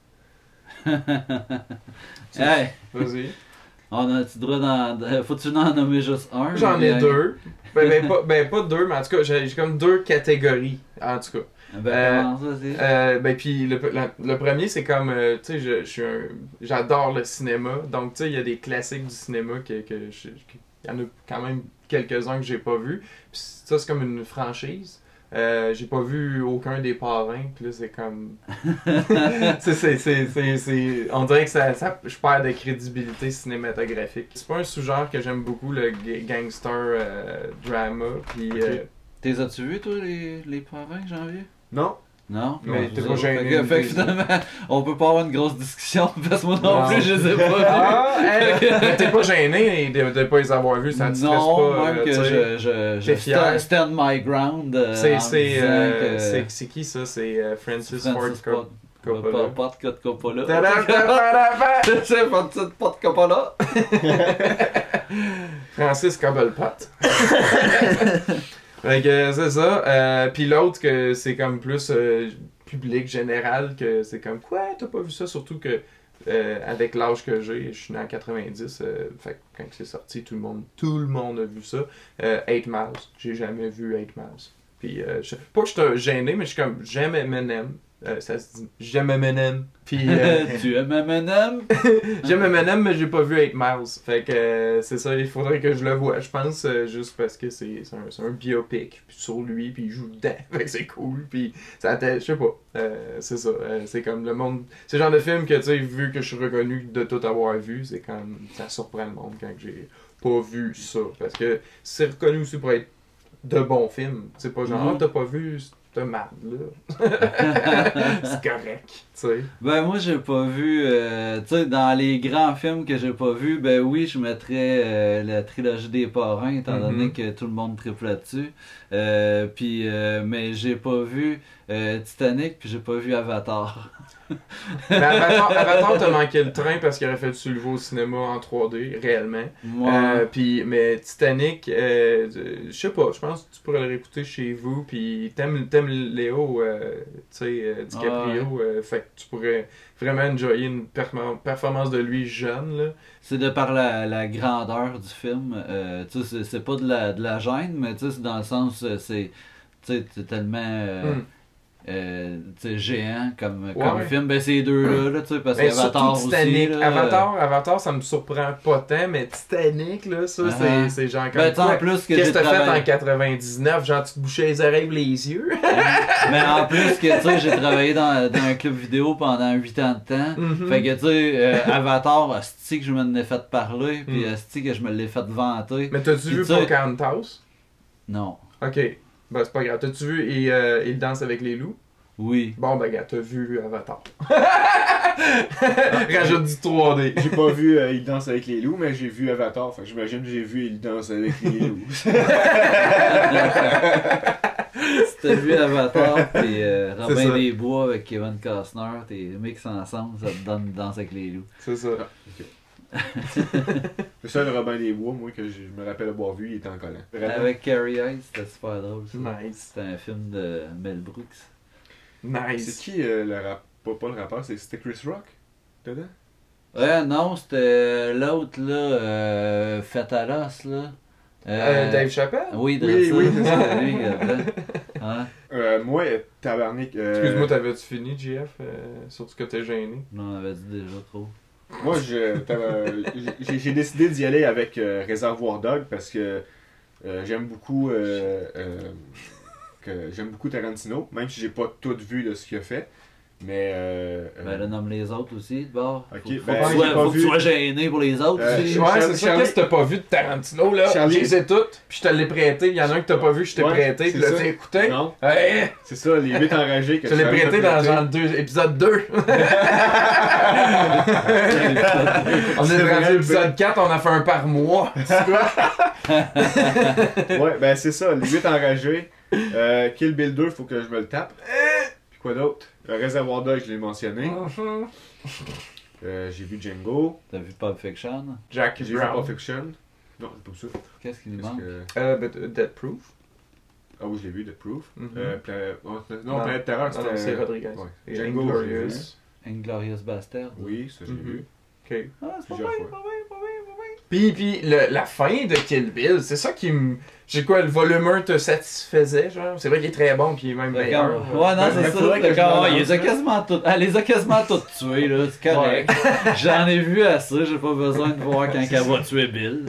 Hey, Vas-y. on a-tu droit d'en. de- Faut-tu en nommer juste un? J'en mais- ai deux. Ben, ben, pas, ben, pas deux, mais en tout cas, j'ai j'ai comme deux catégories, en tout cas. Ben, Euh, comment ça, c'est. Euh, ben puis le, la- le premier c'est comme euh, tu sais je, je suis un j'adore le cinéma donc tu sais il y a des classiques du cinéma que que je- que- il y en a quand même quelques-uns que j'ai pas vu puis ça c'est comme une franchise euh, j'ai pas vu aucun des parrains puis là c'est comme c'est c'est c'est c'est c'est- on dirait que ça, ça je perds de crédibilité cinématographique c'est pas un sous-genre que j'aime beaucoup le ga- gangster euh, drama puis euh, T'es as-tu vu, toi, les, les parrains que j'en vu? Non? Non? Mais Bon, t'es ça. pas gêné Fait que, de fait que dire. finalement, on peut pas avoir une grosse discussion parce que moi non, Non. plus, je les ai pas vus. Ah, hey, mais t'es pas gêné de, de pas les avoir vus, ça te stresse non, pas. même euh, que tu sais. je, je, je t'es fier. stand, stand my ground. euh, C'est en c'est, disant euh, que- c'est c'est qui ça? C'est euh, Francis, Francis Ford Ford Coppola. Pas, pas de code Coppola. Tadam, tadam, tadam. C'est pas de pas de Coppola. Francis Cobblepot. Fait que c'est ça. Euh, Puis l'autre que c'est comme plus euh, public général que c'est comme quoi t'as pas vu ça surtout que euh, avec l'âge que j'ai, je suis né en quatre-vingt-dix, euh, fait que quand c'est sorti tout le monde tout le monde a vu ça. Euh, Eight Miles, j'ai jamais vu Eight Miles. Puis euh, je, pas que je suis gêné mais je suis comme j'aime Eminem. Euh, ça se dit j'aime Eminem. Puis euh, Tu aimes Eminem? j'aime Eminem, mais j'ai pas vu Eight Miles. Fait que euh, c'est ça, il faudrait que je le voie. Je pense euh, juste parce que c'est c'est un, c'est un biopic puis sur lui, puis il joue dedans. Fait que c'est cool. Puis ça t'a- je sais pas. Euh, c'est ça. euh, c'est comme le monde. C'est le genre de film que tu sais, vu que je suis reconnu de tout avoir vu, c'est comme. Ça surprend le monde quand j'ai pas vu ça. Parce que c'est reconnu aussi pour être de bons films. C'est pas genre, Mhm. ah, t'as pas vu de marde, là. C'est correct, tu sais. Ben moi j'ai pas vu, euh, tu sais, dans les grands films que j'ai pas vu, ben oui je mettrais euh, la trilogie des parrains étant donné Mhm. que tout le monde triple là-dessus. Euh, puis euh, mais j'ai pas vu euh, Titanic puis j'ai pas vu Avatar. Mais Avatar, Avatar t'as manqué le train parce qu'il aurait fallu se le voir au cinéma en trois D, réellement. Moi, Euh, puis, mais Titanic, euh, je sais pas, je pense que tu pourrais le réécouter chez vous. Puis t'aimes, t'aimes Léo, euh, tu sais, euh, DiCaprio, euh, fait que tu pourrais vraiment enjoyer une perform- performance de lui jeune, là. c'est de par la, la grandeur du film. Euh, tu sais, c'est, c'est pas de la, de la gêne, mais tu sais, c'est dans le sens, euh, c'est, tu sais, c'est tellement euh, Mm. euh, tu sais, géant comme, Ouais, comme ouais. film. Ben ces deux-là, là, tu sais, parce Mais qu'Avatar surtout aussi. Titanic. là, Avatar, Avatar, ça me surprend pas tant, mais Titanic, là, ça, Ah. c'est, c'est genre comme Ben, tu sais, quoi, en plus que qu'est-ce j'ai que t'as fait en travaillé... quatre-vingt-dix-neuf? Genre, tu te bouchais les oreilles et les yeux? Mais en plus que, tu sais, j'ai travaillé dans, dans un club vidéo pendant huit ans de temps. Mhm. Fait que, tu sais, euh, Avatar, asti que je me l'ai fait parler, puis Mm. asti que je me l'ai fait vanter. Mais t'as-tu Puis vu tu sais- Pocahontas? Non. Ok. Ben, c'est pas grave. T'as-tu vu Il, euh, il danse avec les loups? Oui. Bon, ben, gars, t'as vu Avatar. Rajoute du trois D. J'ai pas vu euh, Il danse avec les loups, mais j'ai vu Avatar. Fait que j'imagine que j'ai vu Il danse avec les loups. Si t'as vu Avatar, puis euh, C'est Robin ça. des Bois avec Kevin Costner, t'es mix ensemble, ça te donne Danse avec les loups. C'est ça. Le seul Robin des Bois, moi, que je je me rappelle avoir vu, il était en collant. Vraiment. Avec Carrie Eyes, c'était super drôle. Ça. Nice. C'était un film de Mel Brooks. C'est Nice. qui euh, le rap... Pas, pas le rappeur, c'est- c'était Chris Rock dedans? Ouais, non, c'était l'autre, là, euh, Fatalos, là. Euh, Dave Chappelle? Oui, de Oui, ça, oui, c'est ça. c'était lui, là-dedans. Hein? Euh, moi, tabarnak. euh, Excuse-moi, t'avais-tu fini, J F? Euh, surtout que t'es gêné. On avait dit déjà trop. Moi, je, t'avais- j'ai j'ai décidé d'y aller avec euh, Reservoir Dog parce que euh, j'aime beaucoup euh, euh, que j'aime beaucoup Tarantino, même si j'ai pas tout vu de ce qu'il a fait. Mais euh, euh, Ben là, nomme les autres aussi, de bord. Ok, Faut, faut ben, que tu j'ai sois, pas faut que tu vu. sois gêné pour les autres Euh, aussi. Ouais, Charlie- c'est ça. Charlie- Qu'est-ce que t'as pas vu de Tarantino, là? Charlie- Je les ai toutes, puis je te l'ai prêté. Il y en a un que t'as pas vu, je t'ai Ouais, prêté, c'est puis là, ça. t'as écouté. non, Hey! c'est ça, les huit enragés que Je te l'ai Charlie prêté m'a dans prêté. genre deux, épisode deux. On C'est est vrai, rendu à l'épisode quatre, on a fait un par mois. Ouais, ben c'est ça, les huit enragés. Euh, Kill Bill deux, faut que je me le tape. Puis quoi d'autre? Le Réservoir Dog, je l'ai mentionné. Euh, j'ai vu Django. T'as vu Pulp Fiction? Jackie J'ai vu Brown. Pulp Fiction. Non, c'est pas ça. Qu'est-ce qui nous Parce manque? que- Euh, but, uh, Dead Proof. Ah oui, je l'ai vu, The Proof. Mhm. Euh, Pla- oh, non, Non. Planète Terreur, Ah non, c'était... c'est Rodriguez. Ouais. Et Django, Inglourious. j'ai vu. Inglorious Bastard. Oui, ça j'ai Mhm. vu. Ok. Ah, c'est pas Plusieurs vrai, fois. pas vrai, pas vrai, pas vrai. Puis, puis le- la fin de Kill Bill, c'est ça qui me. J'ai quoi, le volume un te satisfaisait, genre? C'est vrai qu'il est très bon, puis il est même meilleur. D'accord. Ouais, non, Ben, c'est ben, ça. faudrait que je D'accord, me ouais, il lance, les a là. quasiment toutes. Elle les a quasiment toutes tuées, là. C'est correct. J'en ai vu assez, j'ai pas besoin de voir quand elle va tuer Bill.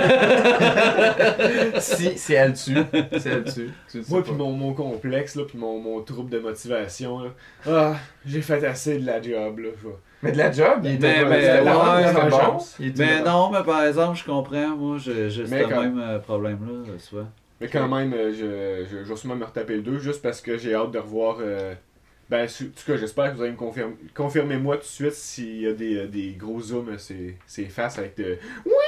si, si elle tue. Si elle tue. Tu le sais Moi, pas. puis mon, mon complexe, là, puis mon, mon trouble de motivation, là. Ah, j'ai fait assez de la job, là. je vais- Mais de la job, il était Mais- pas- mais- c'était long, ouais, c'était ouais, bon. chance. Il était Mais bon. non, mais par exemple, je comprends. Moi, j'ai j'ai ce Mais quand- même euh, problème-là, euh, souvent. Mais quand même, euh, je, je, je vais sûrement me retaper le deux, juste parce que j'ai hâte de revoir... euh, Ben, su- en tout cas, j'espère que vous allez me confirmer. Confirmez-moi tout de suite s'il y a des, euh, des gros zooms à ses, ses faces avec de...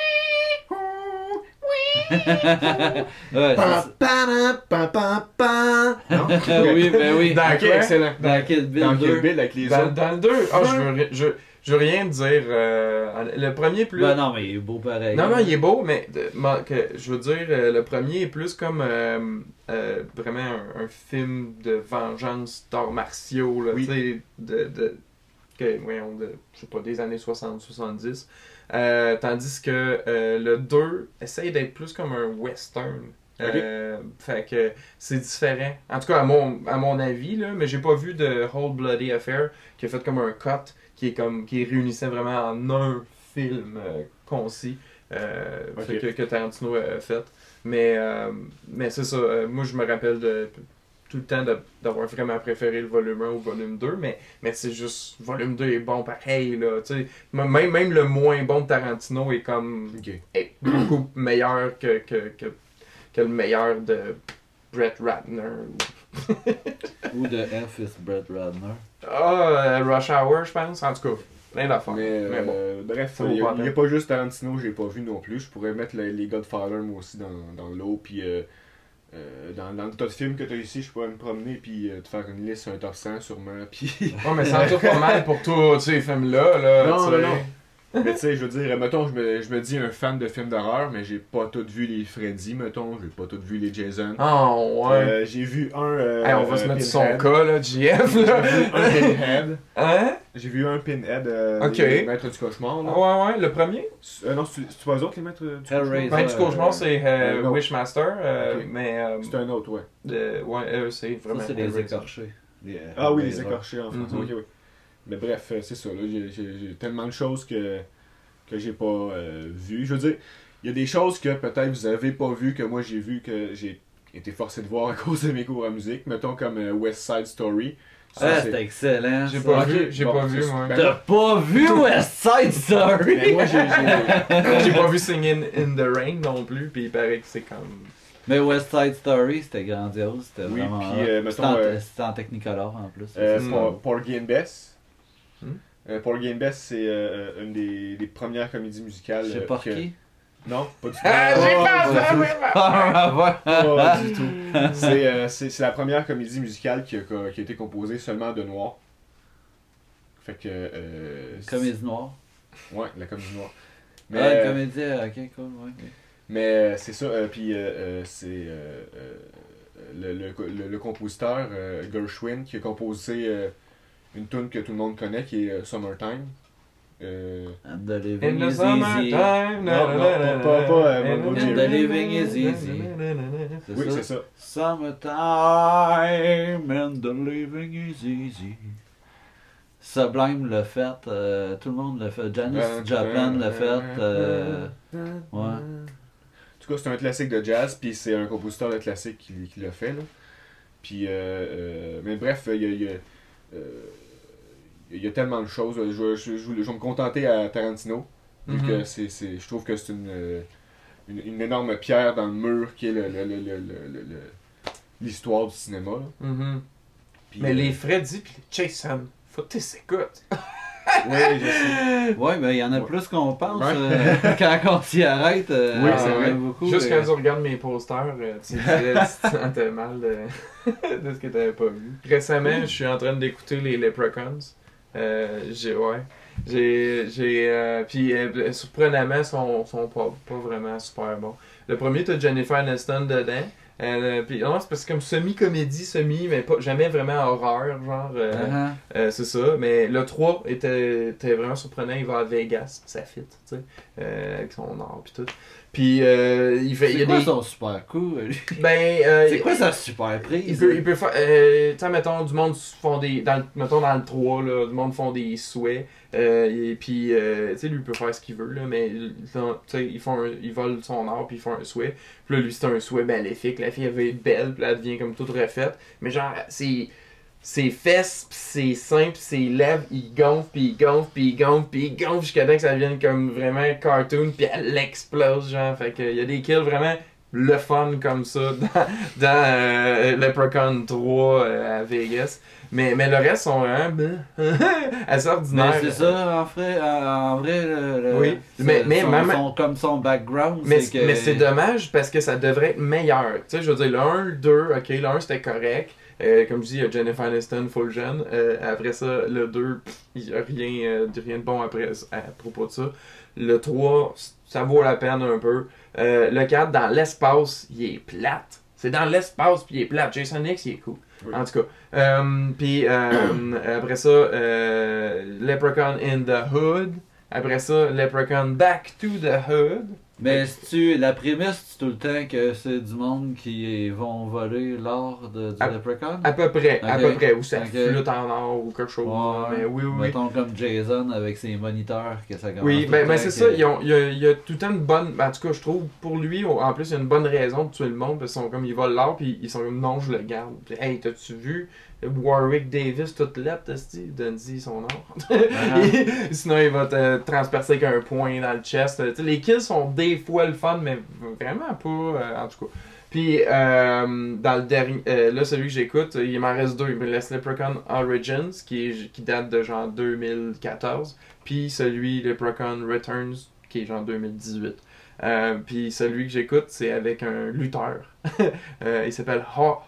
Ouais, Pa, c'est pa, pa, pa, pa. Non? ça. Oui, ben oui. Dans Ok, quoi? excellent. Dans Kill Bill Dans deux. Kill Bill avec les Dans, zooms. dans le deux, ah, je, veux, ri- je, je veux rien dire. euh, le premier plus. Ben non, mais il est beau pareil. Non, non, il est beau, mais de- ma- que, je veux dire, euh, le premier est plus comme euh, euh, vraiment un, un film de vengeance d'arts martiaux, là, Oui. tu sais, de, de, que, voyons, de, je sais pas, des années soixante soixante-dix. Euh, tandis que euh, le deux essaye d'être plus comme un western. Euh, fait que c'est différent. En tout cas, à mon, à mon avis, là, mais j'ai pas vu de Whole Bloody Affair qui a fait comme un cut qui est comme qui réunissait vraiment en un film euh, concis euh, Ok. fait que, que Tarantino a fait. Mais, euh, mais c'est ça. euh, moi, je me rappelle de tout le temps de- d'avoir vraiment préféré le volume un au volume deux, mais, mais c'est juste, volume deux est bon pareil, là, tu sais. M- Même, même le moins bon de Tarantino est comme, Ok. est beaucoup meilleur que, que, que, que le meilleur de Brett Ratner. Ou de F is Brett Ratner. Ah, euh, Rush Hour, je pense. En tout cas, plein d'affaires. Mais, Mais bon. euh, bref, Ça vaut il n'y pas a, la peine. y a pas juste Tarantino, j'ai pas vu non plus. Je pourrais mettre les, les Godfather moi aussi dans, dans l'eau. Puis euh, euh, dans, dans le tas de films que tu as ici, je pourrais me promener puis euh, te faire une liste, un top cent sûrement. Puis... Ouais, mais ça en tout pas mal pour tous ces films-là. Là, Non, tu non, sais. non. Mais tu sais, je veux dire, mettons, je me, je me dis un fan de films d'horreur, mais j'ai pas tout vu les Freddy, mettons, j'ai pas tout vu les Jason. Ah, ouais. Euh, j'ai vu un. Euh, Hey, on va euh, se mettre sur Pinhead. son cas, là, J F. Là. J'ai vu un Pinhead. Hein? J'ai vu un Pinhead, euh, Ok. les Maîtres du Cauchemar. Là. Ouais, ouais, le premier. Euh, non, c'est c'est pas eux autres les Maîtres du Hellraiser. Cauchemar? Ben, du cauchemar, c'est euh, euh, non. Wishmaster, euh, Ok. mais. Euh, C'est un autre, ouais. euh, ouais, euh, c'est Ça, vraiment. c'est les Hellraiser. écorchés. Les, euh, Ah oui, les Hellraiser. écorchés en français. Mhm. Ok, oui. Mais bref, euh, c'est ça. là, J'ai j'ai- j'ai tellement de choses que, que j'ai pas euh, vues. Je veux dire, il y a des choses que peut-être vous avez pas vues, que moi j'ai vu, que j'ai été forcé de voir à cause de mes cours en musique. Mettons comme euh, West Side Story. Ça, Ah, c'est- c'était excellent. J'ai ça. pas Ok, vu, j'ai bon, pas vu, c'est- moi. ben, T'as pas vu West Side Story? Mais moi j'ai. j'ai- J'ai pas vu Singing in the Rain non plus, puis il paraît que c'est comme. Mais West Side Story, c'était grandiose. C'était Oui, vraiment. puis, hot. euh, mettons, C'était en, euh, c'était en Technicolor en plus. Euh, c'est ça. Por- Porgy and Bess. Hmm? Euh, Porgy and Bess, c'est euh, une des, des premières comédies musicales. Je sais euh, pas que- qui. Non, pas du tout. Ah, j'ai Oh, pas pas du tout. Ah, ouais. Pas du tout. C'est euh, c'est- c'est la première comédie musicale qui a, qui a été composée seulement de noirs. Fait que. Euh, c'est- Comédie noire. Ouais, la comédie noire. Mais, Ah, une comédie, euh, ok, cool, ouais. ouais. mais euh, c'est ça, euh, puis euh, euh, c'est euh, euh, le, le, le, le compositeur euh, Gershwin qui a composé euh, une tune que tout le monde connaît qui est euh, Summertime. Euh, And the living In the is summertime. easy. na, Non, na, non, na, pas- na, pas- na, pas, euh, na, Mongo na, Jerry. na, The living is na, na, easy. na, na, na, na. C'est oui, ça? c'est ça. Summertime and the living is easy. Sublime l'a fait, euh, tout le monde l'a fait. Janis Joplin l'a fait. euh, ouais. En tout cas, c'est un classique de jazz, puis c'est un compositeur de classique qui, qui l'a fait. Là. Puis, euh, euh, mais bref, il y a, il y a, euh, il y a tellement de choses. Je, vais- je, je, je vais me contenter à Tarantino, vu Mhm. que c'est, c'est, je trouve que c'est une, euh, une, une énorme pierre dans le mur qui est le, le, le, le, le- le- le- l'histoire du cinéma. Là. Mhm. Puis, Mais euh, les Freddy pis les Jason, faut que tu s'écoutes. ouais, je sais. Ouais, mais il y en a Ouais. plus qu'on pense. Ouais. euh, quand on s'y arrête, euh, Oui, il y c'est en a vrai. beaucoup. Juste euh, quand tu regardes mes posters, euh, tu disais, tu te sentais mal de, de ce que t'avais pas vu. Récemment, je suis en train d'écouter les Leprechauns. Euh, j'ai, ouais. J'ai, j'ai, euh, puis euh, surprenamment, ils sont, sont pas, pas vraiment super bons. Le premier, t'as Jennifer Aniston dedans. Euh, puis non, c'est parce que comme semi-comédie, semi, mais pas jamais vraiment horreur, genre. euh, uh-huh. euh, c'est ça, mais le trois était, était vraiment surprenant. Il va à Vegas, ça fit, tu sais, euh, avec son art pis tout. Puis euh, il fait. il y C'est a quoi des. son super coup? lui? Ben, euh, C'est quoi sa super prise? il peut, il peut faire. Euh, tu sais, mettons, du monde font des. Dans le, mettons, dans le trois, là, du monde font des souhaits. Euh, et puis, euh, tu sais, lui, il peut faire ce qu'il veut, là, mais, tu sais, ils font un- ils volent son art, puis ils font un souhait. Puis là, lui, c'est un souhait maléfique. La fille, elle veut être belle, puis là, elle devient comme toute refaite. Mais genre, c'est. Ses fesses, pis ses seins, pis ses lèvres, ils gonflent, pis ils gonflent, pis ils gonflent, pis ils gonflent jusqu'à temps que ça devienne comme vraiment cartoon, pis elle explose, genre. Fait que y a des kills vraiment le fun comme ça dans, dans euh, Leprechaun trois euh, à Vegas. Mais, mais le reste sont vraiment ben, assez Mais ordinaires. c'est ça, en vrai, en, en vrai le, le- Oui. c'est- Mais- mais son, même- son- comme son background, Mais, c'est que... mais c'est dommage parce que ça devrait être meilleur. Tu sais, je veux dire, le un, le deux, ok, le un c'était correct. Euh, comme je dis, il y a Jennifer Aniston, full jeune. Euh, après ça, le deux, pff, il n'y a rien, euh, rien de bon après, à propos de ça. Le trois, ça vaut la peine un peu. Euh, le quatre, dans l'espace, il est plate. C'est dans l'espace, puis il est plate. Jason X, il est cool. Oui. En tout cas. Euh, puis euh, après ça, euh, Leprechaun in the Hood. Après ça, Leprechaun Back to the Hood. Mais si tu, la prémisse, c'est tout le temps que c'est du monde qui vont voler l'or de, du À- Leprechaun? À peu près, à Ok. peu près. Ou ça Ok. flotte en or ou quelque chose. Ouais. Mais oui, oui, oui. Mettons comme Jason avec ses moniteurs, que ça commence Oui, tout ben, le ben temps c'est que- ça, ils ont- il y a, il y a tout le temps une bonne. En tout cas, je trouve, pour lui, en plus, il y a une bonne raison de tuer le monde, parce qu'ils sont comme, ils volent l'or, puis ils sont comme, non, je le garde. Puis, hey, t'as-tu vu Warwick Davis, toute lettre, donne-y son nom. Uh-huh. Sinon, il va te transpercer avec un point dans le chest. T'sais, les kills sont des fois le fun, mais vraiment pas, euh, en tout cas. Puis, euh, dans le dernier, euh, là, celui que j'écoute, il m'en reste deux. Il me laisse Leprechaun Origins, qui, est, qui date de genre deux mille quatorze, puis celui Leprechaun Returns, qui est genre deux mille dix-huit. Euh, puis celui que j'écoute, c'est avec un lutteur. euh, il s'appelle Ho-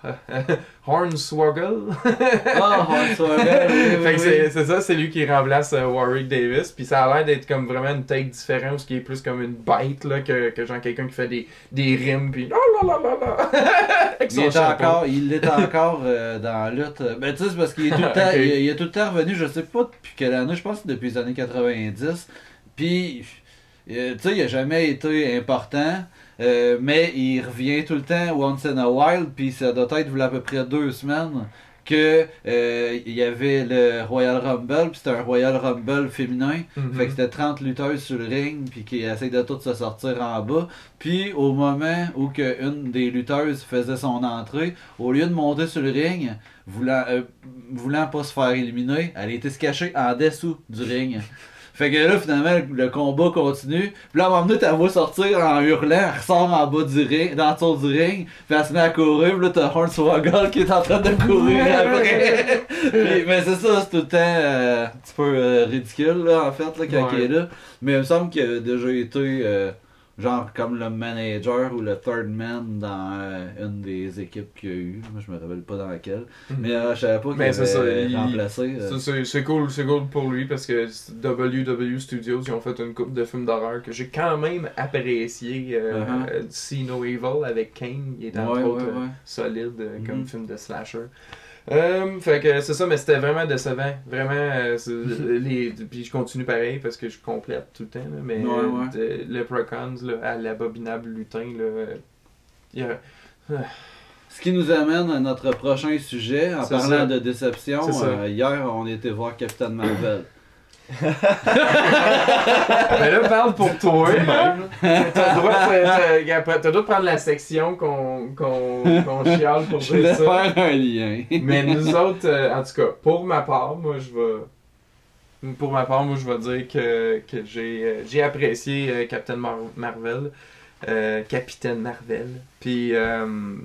Hornswoggle. Ah, Hornswoggle, oui, Fait que oui, c'est, oui. c'est ça, c'est lui qui remplace euh, Warwick Davis. Puis ça a l'air d'être comme vraiment une take différente, ce qui est plus comme une bête là, que, que genre quelqu'un qui fait des, des rimes. Puis oh là là là là. Avec Il son est chapeau. encore, il est encore euh, dans la lutte. Ben tu sais, c'est parce qu'il est tout le temps, Ok. il, il est tout le temps revenu, je sais pas depuis quelle année, je pense que c'est depuis les années quatre-vingt-dix. Puis, euh, tu sais, il a jamais été important, euh, mais il revient tout le temps once in a while, puis ça doit être à peu près deux semaines que euh, il y avait le Royal Rumble, puis c'était un Royal Rumble féminin. Mhm. Fait que c'était trente lutteuses sur le ring, puis qui essayent de toutes se sortir en bas. Puis au moment où que une des lutteuses faisait son entrée, au lieu de monter sur le ring, voulant, euh, voulant pas se faire éliminer, elle était se cacher en dessous du ring. Fait que là, finalement, le combat continue. Puis là, à un moment donné, t'as beau sortir en hurlant, elle ressort en bas du ring, dans le tour du ring, puis elle se met à courir, puis là, t'as Hornswoggle qui est en train de courir après. Puis, mais c'est ça, c'est tout le temps euh, un petit peu euh, ridicule, là, en fait, là, quand Ouais. il est là. Mais il me semble qu'il a déjà été, euh, genre, comme le manager ou le third man dans euh, une des équipes qu'il y a eu. Moi, je me rappelle pas dans laquelle. Mais euh, je savais pas qu'il Mais c'est ça, avait il- remplacé. euh. Ça, c'est, c'est cool, c'est cool pour lui parce que W W Studios ils ont fait une couple de films d'horreur que j'ai quand même apprécié. Euh, Uh-huh. euh, See No Evil avec Kane, il est entre Ouais, autres ouais, euh, ouais. solide euh, comme Mhm. film de slasher. Euh, fait que c'est ça, mais c'était vraiment décevant. Vraiment, euh, c'est- les, puis je continue pareil parce que je complète tout le temps. Là, mais Ouais, ouais. euh, de- Leprechauns, là, à l'abominable lutin, là, euh, il y a- Ce qui nous amène à notre prochain sujet, en C'est parlant ça. de déception. C'est ça. euh, hier, on était voir Captain Marvel. Mais là, parle pour toi. T'as le droit de, t'as- après, t'as le droit de prendre la section qu'on qu'on qu'on chiale pour Je dire voulais ça. faire un lien. Mais nous autres, euh, en tout cas, pour ma part, moi je vais. Pour ma part, moi je vais dire que, que j'ai euh, j'ai apprécié euh, Captain Mar- Marvel. Euh, Capitaine Marvel. Puis. Euh,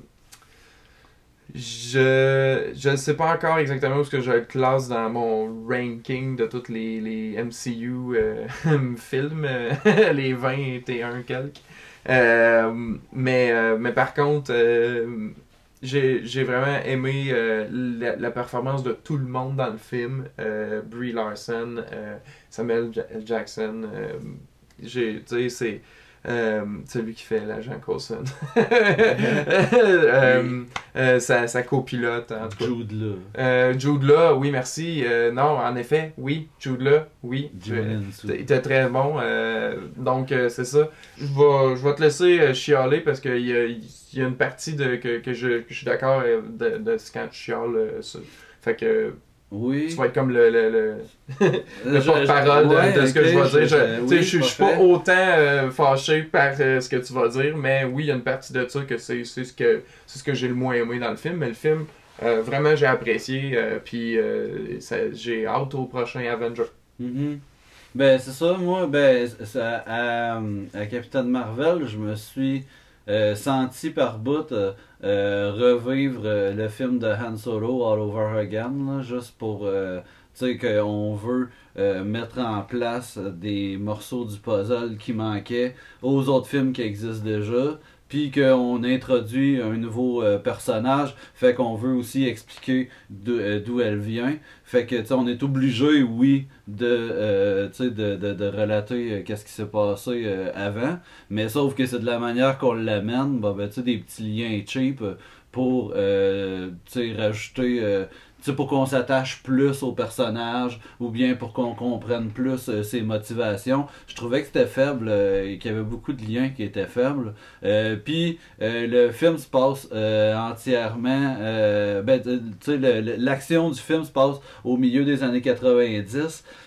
je je ne sais pas encore exactement où est-ce que je le classe dans mon ranking de tous les, les M C U euh, films, euh, les vingt et un quelques. Euh, mais, euh, mais par contre, euh, j'ai j'ai vraiment aimé euh, la, la performance de tout le monde dans le film. Euh, Brie Larson, euh, Samuel Ja- Jackson. euh, j'ai, tu sais, c'est euh, celui qui fait l'agent Coulson. euh, euh, sa, sa copilote, en tout cas. Jude là. Euh, Jude Law, oui, merci. Euh, non, en effet, oui. Jude Law, oui. Jimmy Euh, Linsu. il était très bon. euh, donc, euh, c'est ça. Je vais, je vais te laisser euh, chialer parce qu'il y a, il y a une partie de, que, que, je, que je suis d'accord euh, de, de ce quand tu chiales. euh, ça. Fait que Oui. tu vas être comme le, le, le, le Je- porte-parole de, ouais, de ce que ok, je vais dire. Je, je- tu sais, oui, je, je suis parfait. pas autant euh, fâché par euh, ce que tu vas dire, mais oui, il y a une partie de ça que c'est c'est ce que c'est ce que j'ai le moins aimé dans le film. Mais le film, euh, vraiment, j'ai apprécié. euh, Puis euh, ça- j'ai hâte au prochain Avenger. Mhm. Ben, c'est ça, moi, ben, ça, à, à Captain Marvel, je me suis euh, senti par bout euh, euh, revivre euh, le film de Han Solo All Over Again, là, juste pour, euh, tu sais, qu'on veut euh, mettre en place des morceaux du puzzle qui manquaient aux autres films qui existent déjà. Puis qu'on introduit un nouveau euh, personnage, fait qu'on veut aussi expliquer d'o- euh, d'où elle vient. Fait que, tu sais, on est obligé, oui, de, euh, tu sais, de, de, de relater euh, qu'est-ce qui s'est passé euh, avant. Mais sauf que c'est de la manière qu'on l'amène, bah, ben, tu sais, des petits liens cheap euh, pour, euh, tu sais, rajouter... euh, tu sais, pour qu'on s'attache plus au personnage ou bien pour qu'on comprenne plus euh, ses motivations. Je trouvais que c'était faible euh, et qu'il y avait beaucoup de liens qui étaient faibles. Euh, Puis euh, le film se passe euh, entièrement... euh, ben, tu sais, le- le- l'action du film se passe au milieu des années quatre-vingt-dix.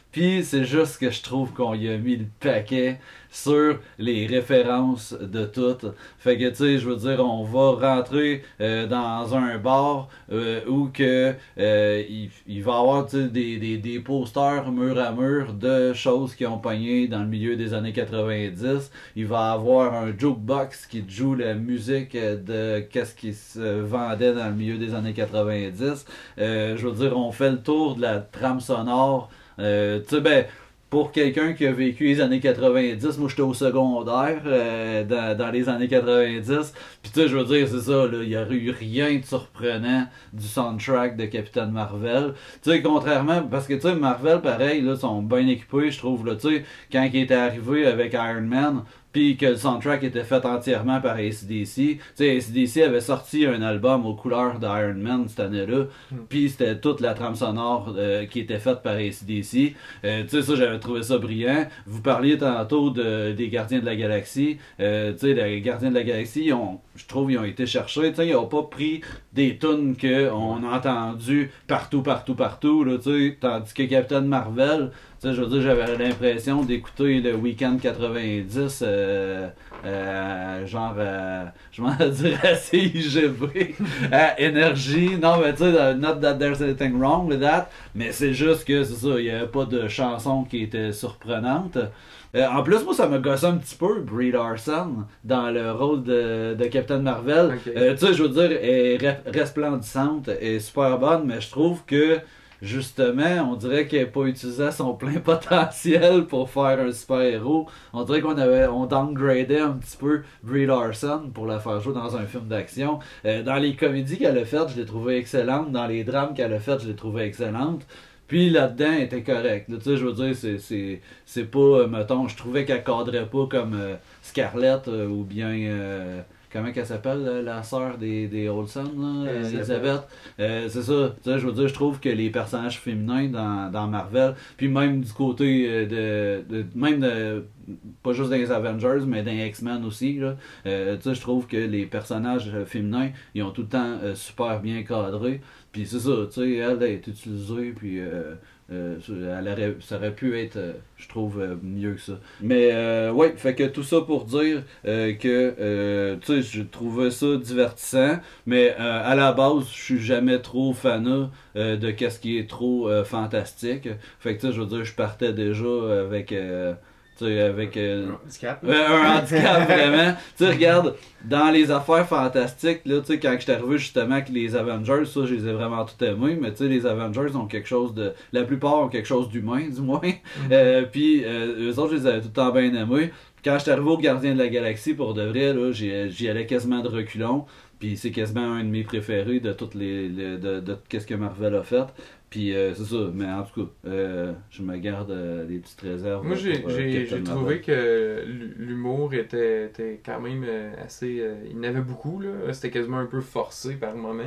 Puis c'est juste que je trouve qu'on y a mis le paquet sur les références de toutes. Fait que tu sais, je veux dire, on va rentrer euh, dans un bar euh, où que euh, il, il va y avoir tu sais, des, des, des posters mur à mur de choses qui ont pogné dans le milieu des années quatre-vingt-dix. Il va y avoir un jukebox qui te joue la musique de qu'est-ce qui se vendait dans le milieu des années quatre-vingt-dix. Euh, je veux dire, on fait le tour de la trame sonore. Euh, tu sais, ben, pour quelqu'un qui a vécu les années quatre-vingt-dix, moi j'étais au secondaire euh, dans, dans les années quatre-vingt-dix, puis tu sais, je veux dire, c'est ça, il n'y a eu rien de surprenant du soundtrack de Captain Marvel. Tu sais, contrairement, parce que tu sais, Marvel, pareil, là, sont bien équipés, je trouve, là, tu sais, quand il était arrivé avec Iron Man, puis que le soundtrack était fait entièrement par A C D C. Tu sais, A C D C avait sorti un album aux couleurs d'Iron Man cette année-là, Mm. puis c'était toute la trame sonore euh, qui était faite par A C D C. Euh, tu sais, ça, j'avais trouvé ça brillant. Vous parliez tantôt de, des Gardiens de la Galaxie. Euh, tu sais, les Gardiens de la Galaxie, ils ont, je trouve, ils ont été cherchés. Tu sais, ils n'ont pas pris des tunes qu'on a entendues partout, partout, partout, là, tu sais, tandis que Captain Marvel, tu sais, je veux dire, j'avais l'impression d'écouter le Weekend quatre-vingt-dix, euh, euh, genre, euh, je m'en dire à C I G B, à Énergie. Non, mais tu sais, not that there's anything wrong with that, mais c'est juste que, c'est ça, il n'y avait pas de chanson qui était surprenante. Euh, en plus, moi, ça me gossait un petit peu, Brie Larson, dans le rôle de, de Captain Marvel. Ok. Euh, tu sais, je veux dire, elle est re- resplendissante, elle est super bonne, mais je trouve que justement, on dirait qu'elle n'a pas utilisé à son plein potentiel pour faire un super-héros. On dirait qu'on avait on downgradait un petit peu Brie Larson pour la faire jouer dans un film d'action. Euh, dans les comédies qu'elle a faites, je l'ai trouvée excellente. Dans les drames qu'elle a faites, je l'ai trouvée excellente. Puis là-dedans, elle était correcte. Là, tu sais, je veux dire, c'est, c'est, c'est pas, euh, mettons, je trouvais qu'elle cadrait pas comme euh, Scarlett euh, ou bien... euh, comment qu'elle s'appelle, là, la sœur des, des Olsen, là, euh, Elisabeth. Elisabeth. Euh, c'est ça, tu sais, je veux dire, je trouve que les personnages féminins dans, dans Marvel, puis même du côté euh, de, de même de, pas juste dans les Avengers, mais dans les X-Men aussi, là, euh, tu sais, je trouve que les personnages euh, féminins, ils ont tout le temps euh, super bien cadré, puis c'est ça, tu sais, elle est utilisée, puis euh, euh, elle aurait, ça aurait pu être, euh, je trouve, euh, mieux que ça. Mais euh, ouais, fait que tout ça pour dire euh, que, euh, tu sais, je trouvais ça divertissant, mais euh, à la base, je suis jamais trop fanat euh, de qu'est-ce qui est trop euh, fantastique. Fait que, tu sais, je veux dire, je partais déjà avec... Euh, tu sais, avec euh, Un handicap. euh, un handicap vraiment. Tu sais, regarde, dans les affaires fantastiques, là, tu sais, quand je suis arrivé justement avec les Avengers, ça, je les ai vraiment tout aimés, mais tu sais, les Avengers ont quelque chose de... La plupart ont quelque chose d'humain, du moins. Euh, puis, euh, eux autres, je les avais tout le temps bien aimés. Quand je suis arrivé au Gardien de la Galaxie, pour de vrai, là, j'y, j'y allais quasiment de reculons. Puis c'est quasiment un de mes préférés de toutes les, les de, de, qu'est-ce que Marvel a fait. Puis euh, c'est ça, mais en tout cas, euh, je me garde euh, des petites réserves. Moi, j'ai pour, euh, j'ai- Captain j'ai Marvel. trouvé que l'hu- l'humour était, était quand même euh, assez... euh, il y en avait beaucoup, là. C'était quasiment un peu forcé par moments.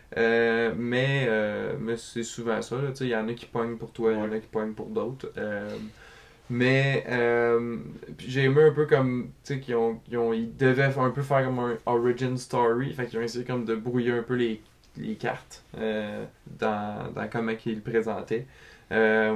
Euh, mais euh, mais c'est souvent ça, là. Tu sais, il y en a qui pognent pour toi, il y en a qui pognent pour d'autres. Euh, mais euh, puis j'ai aimé un peu comme, tu sais, qu'ils ont, ils ont, ils devaient faire- un peu faire comme un origin story. Fait qu'ils ont essayé comme de brouiller un peu les, les cartes euh, dans, dans comment ils le présentaient. Euh,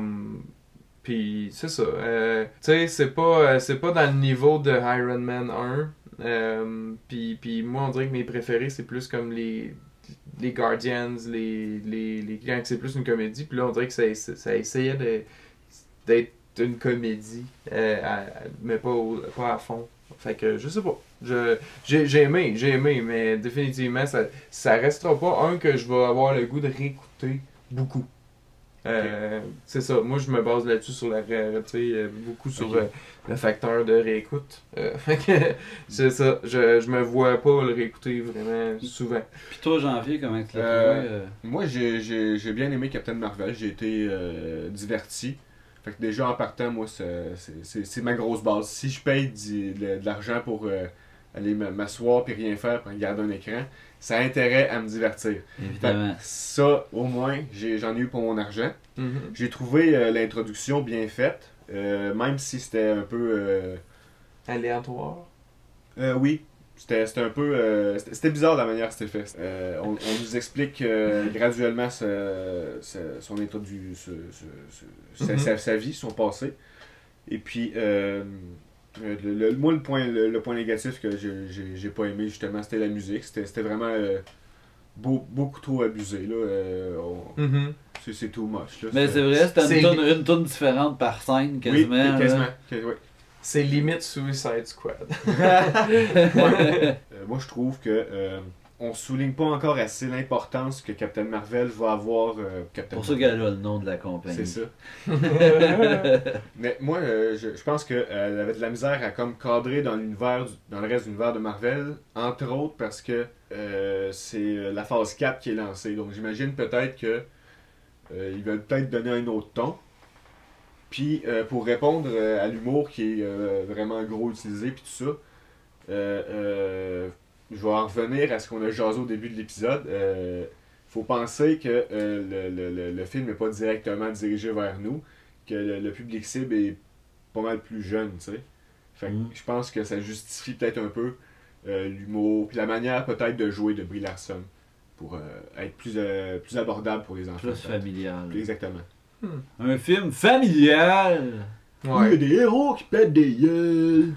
Puis c'est ça. Euh, tu sais, c'est pas, euh, c'est pas dans le niveau de Iron Man un. Euh, puis, puis moi, on dirait que mes préférés, c'est plus comme les, les Guardians, les, les, les quand c'est plus une comédie. Puis là, on dirait que ça, ça, ça essayait de, d'être une comédie, euh, à- mais pas, au- pas à fond. Fait que je sais pas. Je, j'ai, j'ai aimé, j'ai aimé, mais définitivement, ça, ça restera pas un que je vais avoir le goût de réécouter beaucoup. Euh, C'est ça, moi je me base là-dessus sur la ré- tu sais, euh, beaucoup sur Ok. euh, le facteur de réécoute. Euh, fait que c'est ça, je, je me vois pas le réécouter vraiment souvent. Puis toi, Janvier, comment tu l'as Euh, trouvé euh? Moi, j'ai- j'ai j'ai bien aimé Captain Marvel. J'ai été euh, diverti. Fait que déjà en partant, moi, c'est- c'est c'est- c'est ma grosse base. Si je paye du- de, de l'argent pour euh, aller m- m'asseoir puis rien faire pour regarder un écran, ça a intérêt à me divertir. Fait Évidemment. que ça, au moins, j'ai- j'en ai eu pour mon argent. Mhm. J'ai trouvé euh, l'introduction bien faite, euh, même si c'était un peu... euh, Aléatoire. euh, oui, c'était, c'était un peu... euh, c'était, c'était bizarre la manière que c'était fait. Euh, on, on nous explique euh, graduellement ce- ce- son état du... ce- ce- ce- sa, Mhm. sa- sa vie, son passé. Et puis, euh, le, le- moi, le point, le, le point négatif que j'ai, j'ai, j'ai pas aimé, justement, c'était la musique. C'était, c'était vraiment euh, beau- beaucoup trop abusé, là. Euh, on- Mhm. c'est, c'est too much, là. Mais C'était- c'est vrai, c'était C'est- une toune, une toune différente par scène, Oui, quasiment. là. quasiment. que- ouais. C'est limite Suicide Squad. Euh, moi, je trouve que euh, on souligne pas encore assez l'importance que Captain Marvel va avoir. euh, Captain Pour ça qu'elle a le nom de la compagnie. C'est ça. Mais moi, euh, je, je pense qu'elle avait de la misère à comme cadrer dans l'univers, du- dans le reste de l'univers de Marvel, entre autres parce que euh, c'est la phase quatre qui est lancée. Donc j'imagine peut-être que euh, ils veulent peut-être donner un autre ton. Puis euh, pour répondre euh, à l'humour qui est euh, vraiment gros utilisé, puis tout ça, euh, euh, je vais en revenir à ce qu'on a jasé au début de l'épisode. Euh, faut penser que euh, le, le, le, le film n'est pas directement dirigé vers nous, que le, le public cible est pas mal plus jeune, tu sais. Fait que Mm. je pense que ça justifie peut-être un peu euh, l'humour, puis la manière peut-être de jouer de Brie Larson pour euh, être plus, euh, plus abordable pour les enfants. Plus peut-être. familial. Exactement. Un film familial! Ouais. des héros qui pètent des gueules.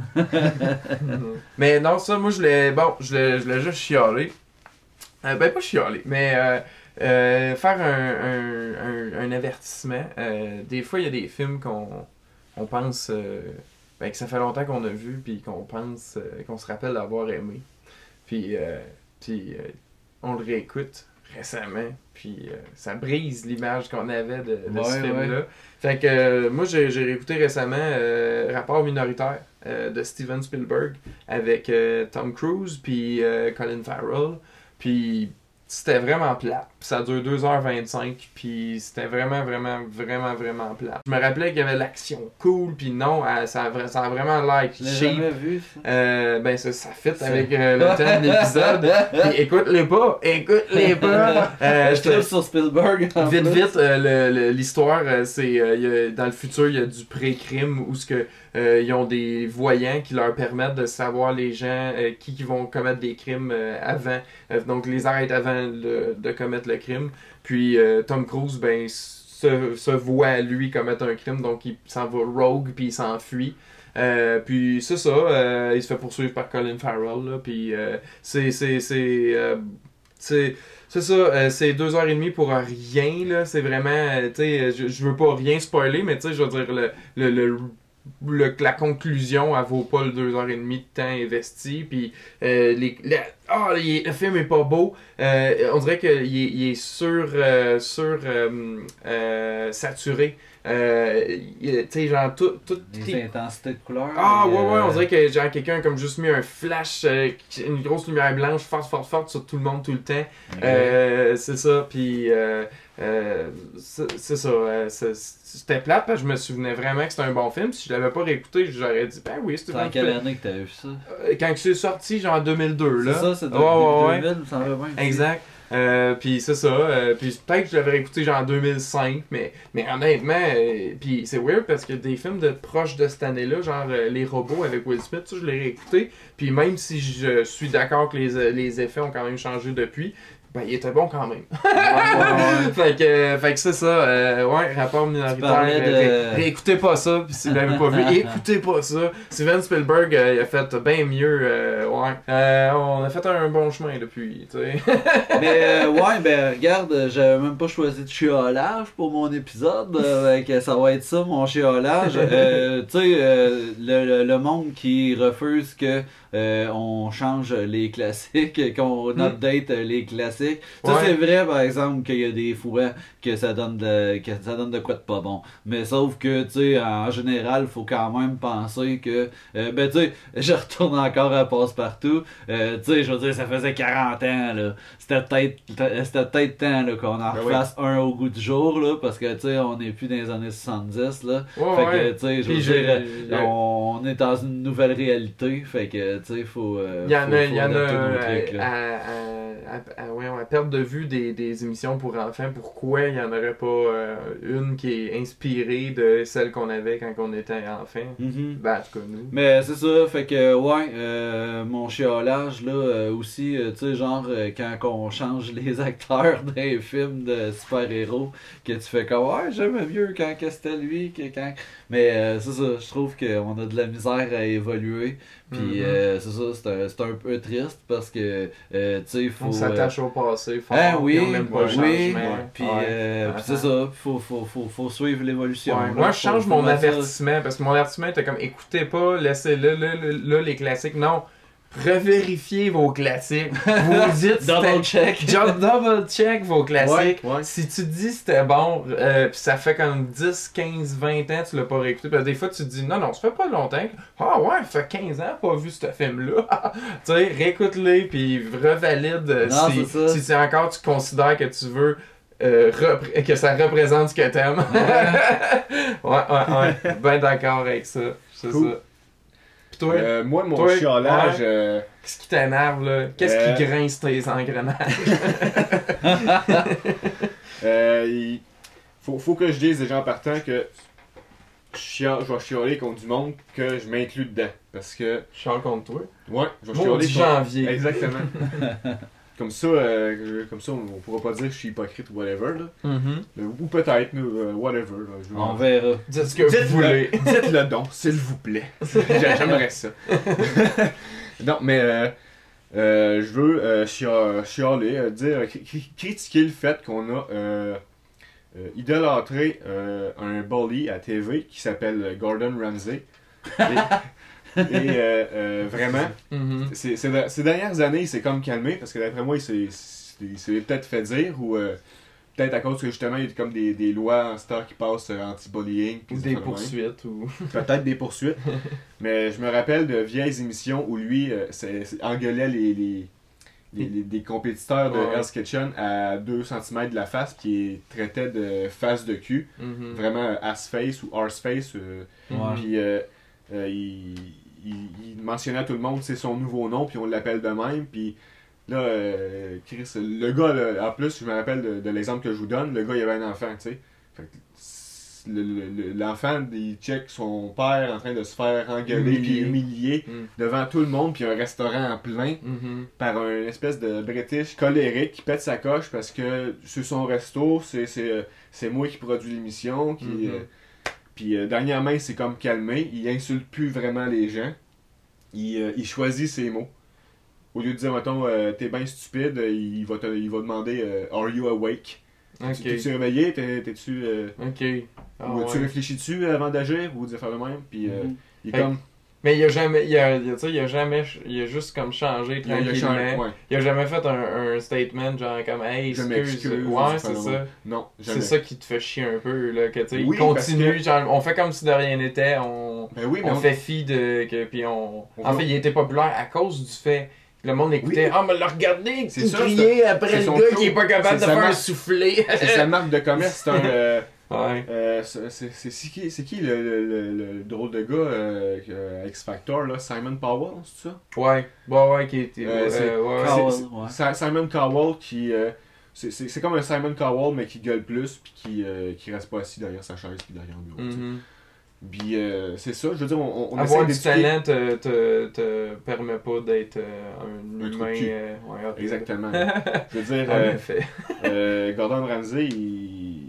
Mais non, ça, moi, je l'ai. Bon, je l'ai, je l'ai juste chialé. Euh, ben, pas chialé, mais euh, euh, faire un, un, un, un avertissement. Euh, des fois, il y a des films qu'on on pense. Euh, ben, que ça fait longtemps qu'on a vu, puis qu'on pense. Euh, qu'on se rappelle d'avoir aimé. Puis, euh, puis euh, on le réécoute récemment, puis euh, ça brise l'image qu'on avait de, de ce Ouais, film-là. ouais. Fait que euh, moi, j'ai, j'ai réécouté récemment euh, Rapport minoritaire euh, de Steven Spielberg avec euh, Tom Cruise puis euh, Colin Farrell. Puis c'était vraiment plate. Puis ça dure deux heures vingt-cinq, puis c'était vraiment, vraiment, vraiment, vraiment plate. Je me rappelais qu'il y avait l'action cool, puis non, euh, ça, a, vra- ça a vraiment l'air Je l'ai cheap. jamais vu, ça. Euh, ben ça, ça fit C'est- avec euh, le thème de l'épisode. Puis écoute-les pas, écoute-les pas. Euh, je je te- tripe sur Spielberg. en Vite, plus. vite, euh, le- le- l'histoire, euh, c'est euh, il y a- dans le futur, il y a du pré-crime où ce que, euh, ils ont des voyants qui leur permettent de savoir les gens euh, qui, qui vont commettre des crimes euh, avant. Euh, donc, les arrêtent avant le- de commettre le crime. Puis, euh, Tom Cruise, ben, se, se voit, lui, commettre un crime. Donc, il s'en va rogue, puis il s'enfuit. Euh, puis c'est ça, euh, il se fait poursuivre par Colin Farrell, là, puis euh, c'est c'est c'est euh, c'est c'est ça, euh, c'est deux heures et demie pour rien, là, c'est vraiment, euh, tu sais, je, je veux pas rien spoiler, mais tu sais, je veux dire, le, le, le, le- la conclusion, elle vaut pas le deux heures et demie de temps investi, puis euh, les, le, ah, il est- le film est pas beau, euh, on dirait qu'il est, il est sur, euh, sur euh, euh, saturé. Euh, il- tu sais, genre, tout, tout, Les intensités de couleurs. ah et, ouais ouais, euh, on dirait que genre quelqu'un a comme juste mis un flash, euh, une grosse lumière blanche forte forte forte sur tout le monde tout le temps. ok. Euh, c'est ça, puis euh, euh, c'est c'est ça. euh, c'est- c'était plate parce que je me souvenais vraiment que c'était un bon film. Si je l'avais pas réécouté, j'aurais dit ben oui, c'était C'est un en bon quelle film. année que t'as vu ça? Euh, Quand c'est sorti, genre en deux mille deux là. C'est ça, c'est Ouais, ouais, ouais. deux mille, ça va bien. Exact. Euh, puis c'est ça. Euh, puis peut-être que je l'avais écouté genre en deux mille cinq, mais, mais honnêtement, euh, puis c'est weird parce que des films de proches de cette année-là, genre euh, Les Robots avec Will Smith, ça, je l'ai réécouté. Puis même si je suis d'accord que les, euh, les effets ont quand même changé depuis, ben il était bon quand même. Ouais, ouais, ouais. fait que, euh, fait que c'est ça. Euh, ouais, rapport minoritaire. parlais de- euh, ré- réécoutez pas ça. Puis si vous l'avez pas vu, écoutez pas ça. Steven Spielberg, euh, il a fait bien mieux. Euh, ouais. Euh, on a fait un bon chemin depuis. Tu sais. Mais euh, ouais, ben regarde, j'avais même pas choisi de chiolage pour mon épisode. Euh, que ça va être ça, mon chiolage. Euh, tu sais, euh, le, le, le monde qui refuse que euh, on change les classiques, qu'on Mm. update les classiques. Ça, Ouais. c'est vrai, par exemple, qu'il y a des fois que ça donne de, que ça donne de quoi de pas bon. Mais sauf que, tu sais, en général, faut quand même penser que, euh, ben, tu sais, je retourne encore à Passe-Partout. Euh, tu sais, je veux dire, ça faisait quarante ans, là. C'était peut-être, c'était peut-être temps, là, qu'on en Ben refasse un au goût du jour, là, parce que, tu sais, on n'est plus dans les années soixante-dix, là. Ouais, Fait ouais. que, tu sais, je veux Puis dire, j'ai- euh, on est dans une nouvelle réalité, fait que, tu sais, faut... euh, Il y en faut- a, faut il y en a adapter nos euh, trucs, là. à, à, à, à, ouais, à perte de vue des, des émissions pour enfants, pourquoi il n'y en aurait pas euh, une qui est inspirée de celle qu'on avait quand on était enfant? Mhm. Ben, en tout cas, nous. Mais c'est ça, fait que ouais, euh, mon chiolage là euh, aussi, euh, tu sais, genre euh, quand on change les acteurs d'un film de super-héros, que tu fais comme ouais, j'aimais mieux quand que c'était lui que quand. Mais euh, c'est ça, je trouve qu'on a de la misère à évoluer. Puis Mhm. euh, c'est ça, c'est un, c'est un peu triste parce que euh, tu sais, il faut. On s'attache au passé fort, Ah oui, puis on n'aime pas le oui, changement. puis Ouais. euh, puis c'est ça, faut, faut, faut, faut suivre l'évolution. Ouais, là. moi, je Faut- change faut mon mettre ça- avertissement parce que mon avertissement était comme écoutez pas, laissez-le, là, là, là, les classiques. Non, revérifiez vos classiques. Vous dites Double c'était- check. Just double check vos classiques. Ouais, ouais. Si tu dis c'était bon, euh, puis ça fait comme dix, quinze, vingt ans que tu l'as pas réécouté, puis des fois tu te dis non, non, ça fait pas longtemps. que- Ah ouais, ça fait quinze ans pas vu ce film-là. Tu sais, réécoute-les, puis revalide euh, Non, si, c'est ça. si c'est encore tu considères que tu veux. Euh, repré- que ça représente ce que t'aimes. ouais, ouais, ouais. Ben d'accord avec ça. C'est Cool. ça. Pis toi, Euh, moi, mon Toi, chiolage, ouais. euh, qu'est-ce qui t'énerve là? Qu'est-ce Euh. qui grince tes engrenages? euh, il faut, faut que je dise déjà en partant que je chia- je vais chialer contre du monde que je m'inclus dedans. Parce que, Charles contre toi. ouais, je vais Maudit chialer contre... janvier. Exactement. Comme ça, euh, comme ça, on on pourra pas dire que je suis hypocrite ou whatever. Là. Mhm. Euh, Ou peut-être, euh, whatever. Là. Je veux- On verra. Dites ce que vous Dites-le- voulez. Dites-le donc, s'il vous plaît. J'aimerais ça. non, mais euh, euh, je veux euh, chia- chialer, euh, dire, cri- cri- critiquer le fait qu'on a euh, euh, idolâtré euh, un bully à T V qui s'appelle Gordon Ramsay. Et, et, euh, euh, vraiment, Mhm. c'est- c'est de- ces dernières années, il s'est comme calmé parce que d'après moi, il s'est il s'est peut-être fait dire ou euh, peut-être à cause que justement, il y a comme des, des lois en star qui passent euh, anti-bullying. puis Ou des des affaires de même. poursuites. Ou... Peut-être des poursuites. Mais je me rappelle de vieilles émissions où lui euh, c'est- c'est- engueulait les, les, les- les- des compétiteurs de Ouais. Hell's Kitchen à deux centimètres de la face, puis il traitait de face de cul, Mhm. vraiment ass face ou arse face. euh, Mhm. Ouais. Puis euh, euh, il, il- il mentionnait à tout le monde c'est son nouveau nom, puis on l'appelle de même. Puis là, euh, Chris, le gars, là, en plus, je me rappelle de, de l'exemple que je vous donne, le gars il avait un enfant, tu sais. Fait que le- le- l'enfant, il check son père en train de se faire engueuler Humilier. puis humilier Mhm. devant tout le monde, puis un restaurant en plein Mhm. par un espèce de British colérique qui pète sa coche parce que sur son resto, c'est c'est euh, c'est moi qui produis l'émission, qui Mhm. euh, puis euh, dernièrement, il s'est comme calmé, il insulte plus vraiment les gens. Il, euh, il choisit ses mots. Au lieu de dire mettons euh, t'es bien stupide, euh, il va te, il va demander euh, are you awake? Ok. T'es-tu réveillé? T'es- T'es-tu euh, Ok. Ah ou tu ouais. réfléchis-tu avant d'agir ou de faire le même? Puis euh, Mhm. il est Hey, comme Mais il a jamais, il a, il a, tu sais, il a jamais, il a juste comme changé il a, il a tranquillement. changé, ouais. Il a jamais fait un, un statement genre comme hey, Je excuse. m'excuse, Ouais, je c'est fais le ça. même. Non, jamais. C'est ça qui te fait chier un peu là, que tu sais, Oui, il parce continue, que- genre on fait comme si de rien n'était, on, Ben oui, mais on, on- fait fi de que puis on, On en va- fait, il était populaire à cause du fait que le monde écoutait Oui. ah mais le regardez, C'est il ça, criait après c'est le son gars show. qui est pas capable de C'est sa faire un marque. soufflé. c'est sa marque de commerce, c'est un euh, Ouais. euh, c'est c'est- c'est qui, c'est qui le, le, le, le drôle de gars euh, euh, X Factor là, Simon Powell, c'est ça? Ouais, ouais, ouais, qui était. Euh, ouais, c'est- ouais, ouais. Cowell, C'est- ouais. c'est- Simon Cowell qui euh, c'est- c'est c'est comme un Simon Cowell mais qui gueule plus puis qui euh, qui reste pas assis derrière sa chaise puis derrière le bureau. tu sais. Mhm. Puis euh, c'est ça, je veux dire on, on Avoir essaie du d'éduquer- talent te, te, te permet pas d'être euh, un, Un trou de humain. cul. euh, ouais, horrible. Exactement. Je veux dire En euh, effet. Euh, Gordon Ramsay, il...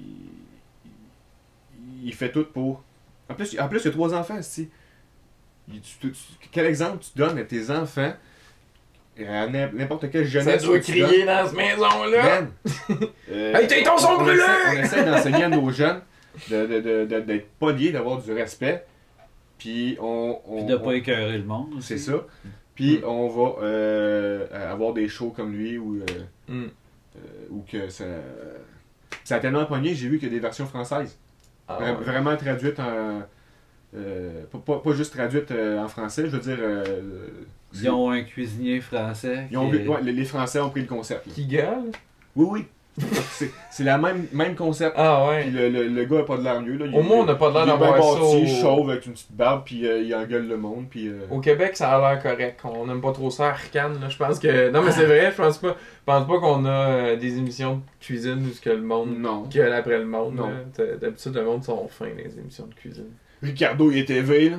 il fait tout pour. En plus, en plus il y a trois enfants, si. Il- tu- tu- tu- Quel exemple tu donnes à tes enfants, à n'im- n'importe quelle Ça jeunesse doit que tu crier dans cette maison-là. donnes, man, euh, Hey, tes tons sont on- on brûlés! essaie- On essaie d'enseigner à nos jeunes de, de, de, de- d'être polis, d'avoir du respect. Puis on. on Puis de on- pas écœurer le monde. aussi. C'est ça. Puis on va euh, avoir des shows comme lui ou. euh, Mm. euh, ou que ça. Ça a tellement pogné, j'ai vu qu'il y a des versions françaises. Ah, Vra- ouais. Vraiment traduites en. euh, pas, pas, pas juste traduites euh, en français, je veux dire. euh, Ils ont un cuisinier français. ils ont qui vu- est- ouais, les, les Français ont pris le concept. là. Qui gueule? Oui, oui. C'est, c'est la même, même concept. Ah Puis ouais. le, le, le gars a pas de l'air mieux. Là. Il- Au moins, on n'a pas l'air il est d'avoir bien ça bâti, au- chauve avec une petite barbe, puis euh, il engueule le monde. Puis, euh... Au Québec, ça a l'air correct. On n'aime pas trop ça, Arcane. Là. Je pense que. Non, mais c'est vrai, je pense pas. Je pense pas qu'on a euh, des émissions de cuisine où ce que le monde Non. gueule après le monde. Non. là. T'as- D'habitude, le monde sont fins les émissions de cuisine. Ricardo, il est élevé, là.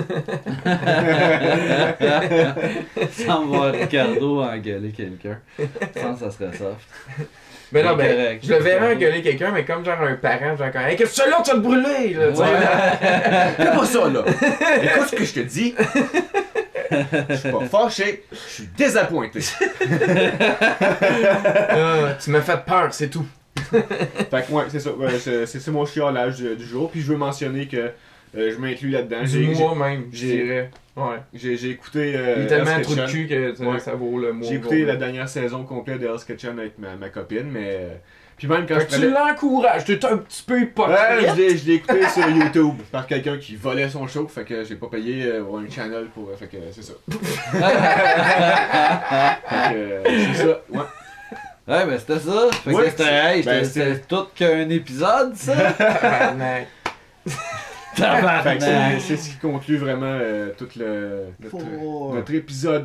Sans voir Ricardo engueuler quelqu'un. Sans ça serait soft. Mais non, C'est ben, correct. je le verrais engueuler quelqu'un, mais comme genre un parent, genre comme, hey, qu'est-ce que c'est là, tu vas le brûler, là, tu sais. Ouais. Fais pas ça, là. Écoute ce que je te dis. Je suis pas fâché, je suis désappointé. Ah, tu m'as fait peur, c'est tout. Fait que, ouais, c'est ça. Ouais, c'est, c'est, c'est mon chialage du, du jour. Puis je veux mentionner que euh, je m'inclus là-dedans. Du J'ai, j'ai, mois même, je j'ai- dirais. Ouais. j'ai, j'ai écouté. Euh, Il est tellement Hell's trou de Kitchen. cul que ça, Ouais. ça vaut le mois. J'ai écouté la dernière saison complète de Hell's Kitchen avec ma, ma copine, mais. euh, Puis même quand Fait je que tu prenais- l'encourages, t'es un petit peu Ouais, hypocrite. je l'ai, je l'ai écouté sur YouTube par quelqu'un qui volait son show, fait que j'ai pas payé euh, pour un channel pour. euh, Fait que c'est ça. Fait que euh, c'est ça, ouais. Ouais, ben c'était ça. Fait Ouais, que c'était, hey, ben, c'était, c'est- c'était tout qu'un épisode, ça. Tabarnak. Fait que c'est, c'est ce qui conclut vraiment euh, tout le notre, Four. notre épisode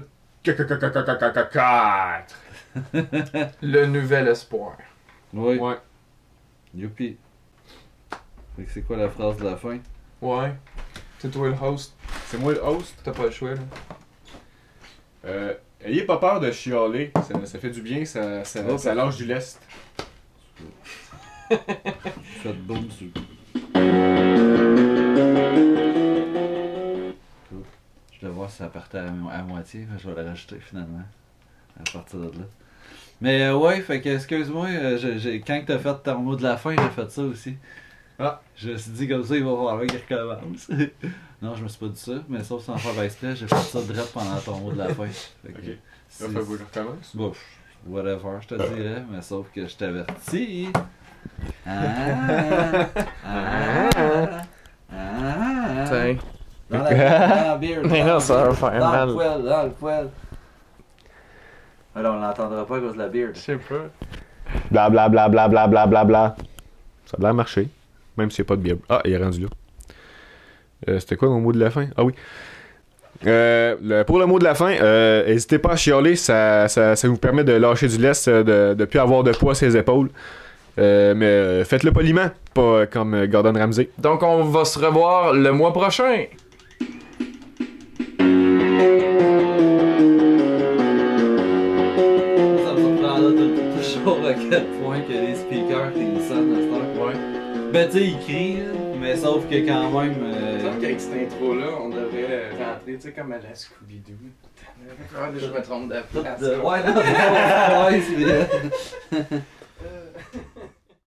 quatre. Le nouvel espoir. Oui. Ouais. Youpi. Fait que c'est quoi la phrase de la fin? Ouais. C'est toi le host, C'est moi le host. t'as pas le choix, là. Euh, ayez pas peur de chialer, ça, ça fait du bien, ça, ça, Oh. ça lâche du lest. Faites boum sur. Je vais voir si ça partait à, mo- à moitié, mais je vais le rajouter finalement. À partir de là. Mais euh, ouais, fait que excuse-moi, euh, j'ai, j'ai- quand t'as fait ton mot de la fin, j'ai fait ça aussi. Ah. Je me suis dit comme ça, il va falloir qu'il recommence. Non, je me suis pas dit ça, mais sauf sans faire exprès, j'ai fait ça direct pendant ton mot de la fin. Fait que, Ok. c'est- Là, faut que je recommence. Bon, whatever, je te dirais, mais sauf que je t'avertis. Ah, ah, ah, Tiens. dans la, dans la beard, Mais dans non, la ça va beard, faire dans mal. le poêle, dans le poêle. Alors, on l'entendra pas à cause de la beard. Je sais pas. Bla bla bla bla bla bla bla bla. Ça a l'air marché. Même s'il n'y a pas de bière. Ah, il est rendu là. Euh, c'était quoi mon mot de la fin? Ah oui. Euh, le- pour le mot de la fin, euh, n'hésitez pas à chialer, ça, ça, ça vous permet de lâcher du lest, euh, de ne plus avoir de poids sur les épaules. Euh, mais euh, faites-le poliment, pas euh, comme euh, Gordon Ramsay. Donc, on va se revoir le mois prochain. Ça me surprendra tout- toujours à quel point que les speakers ils sonnent à cette heure. Ouais. Ben, tu sais, ils crient, là, mais sauf que quand même. euh, qu'avec cette intro-là, on devrait rentrer, tu sais, comme à la Scooby-Doo. Ah, je me trompe de tout place. de- Ouais, non, non, ouais, c'est vrai.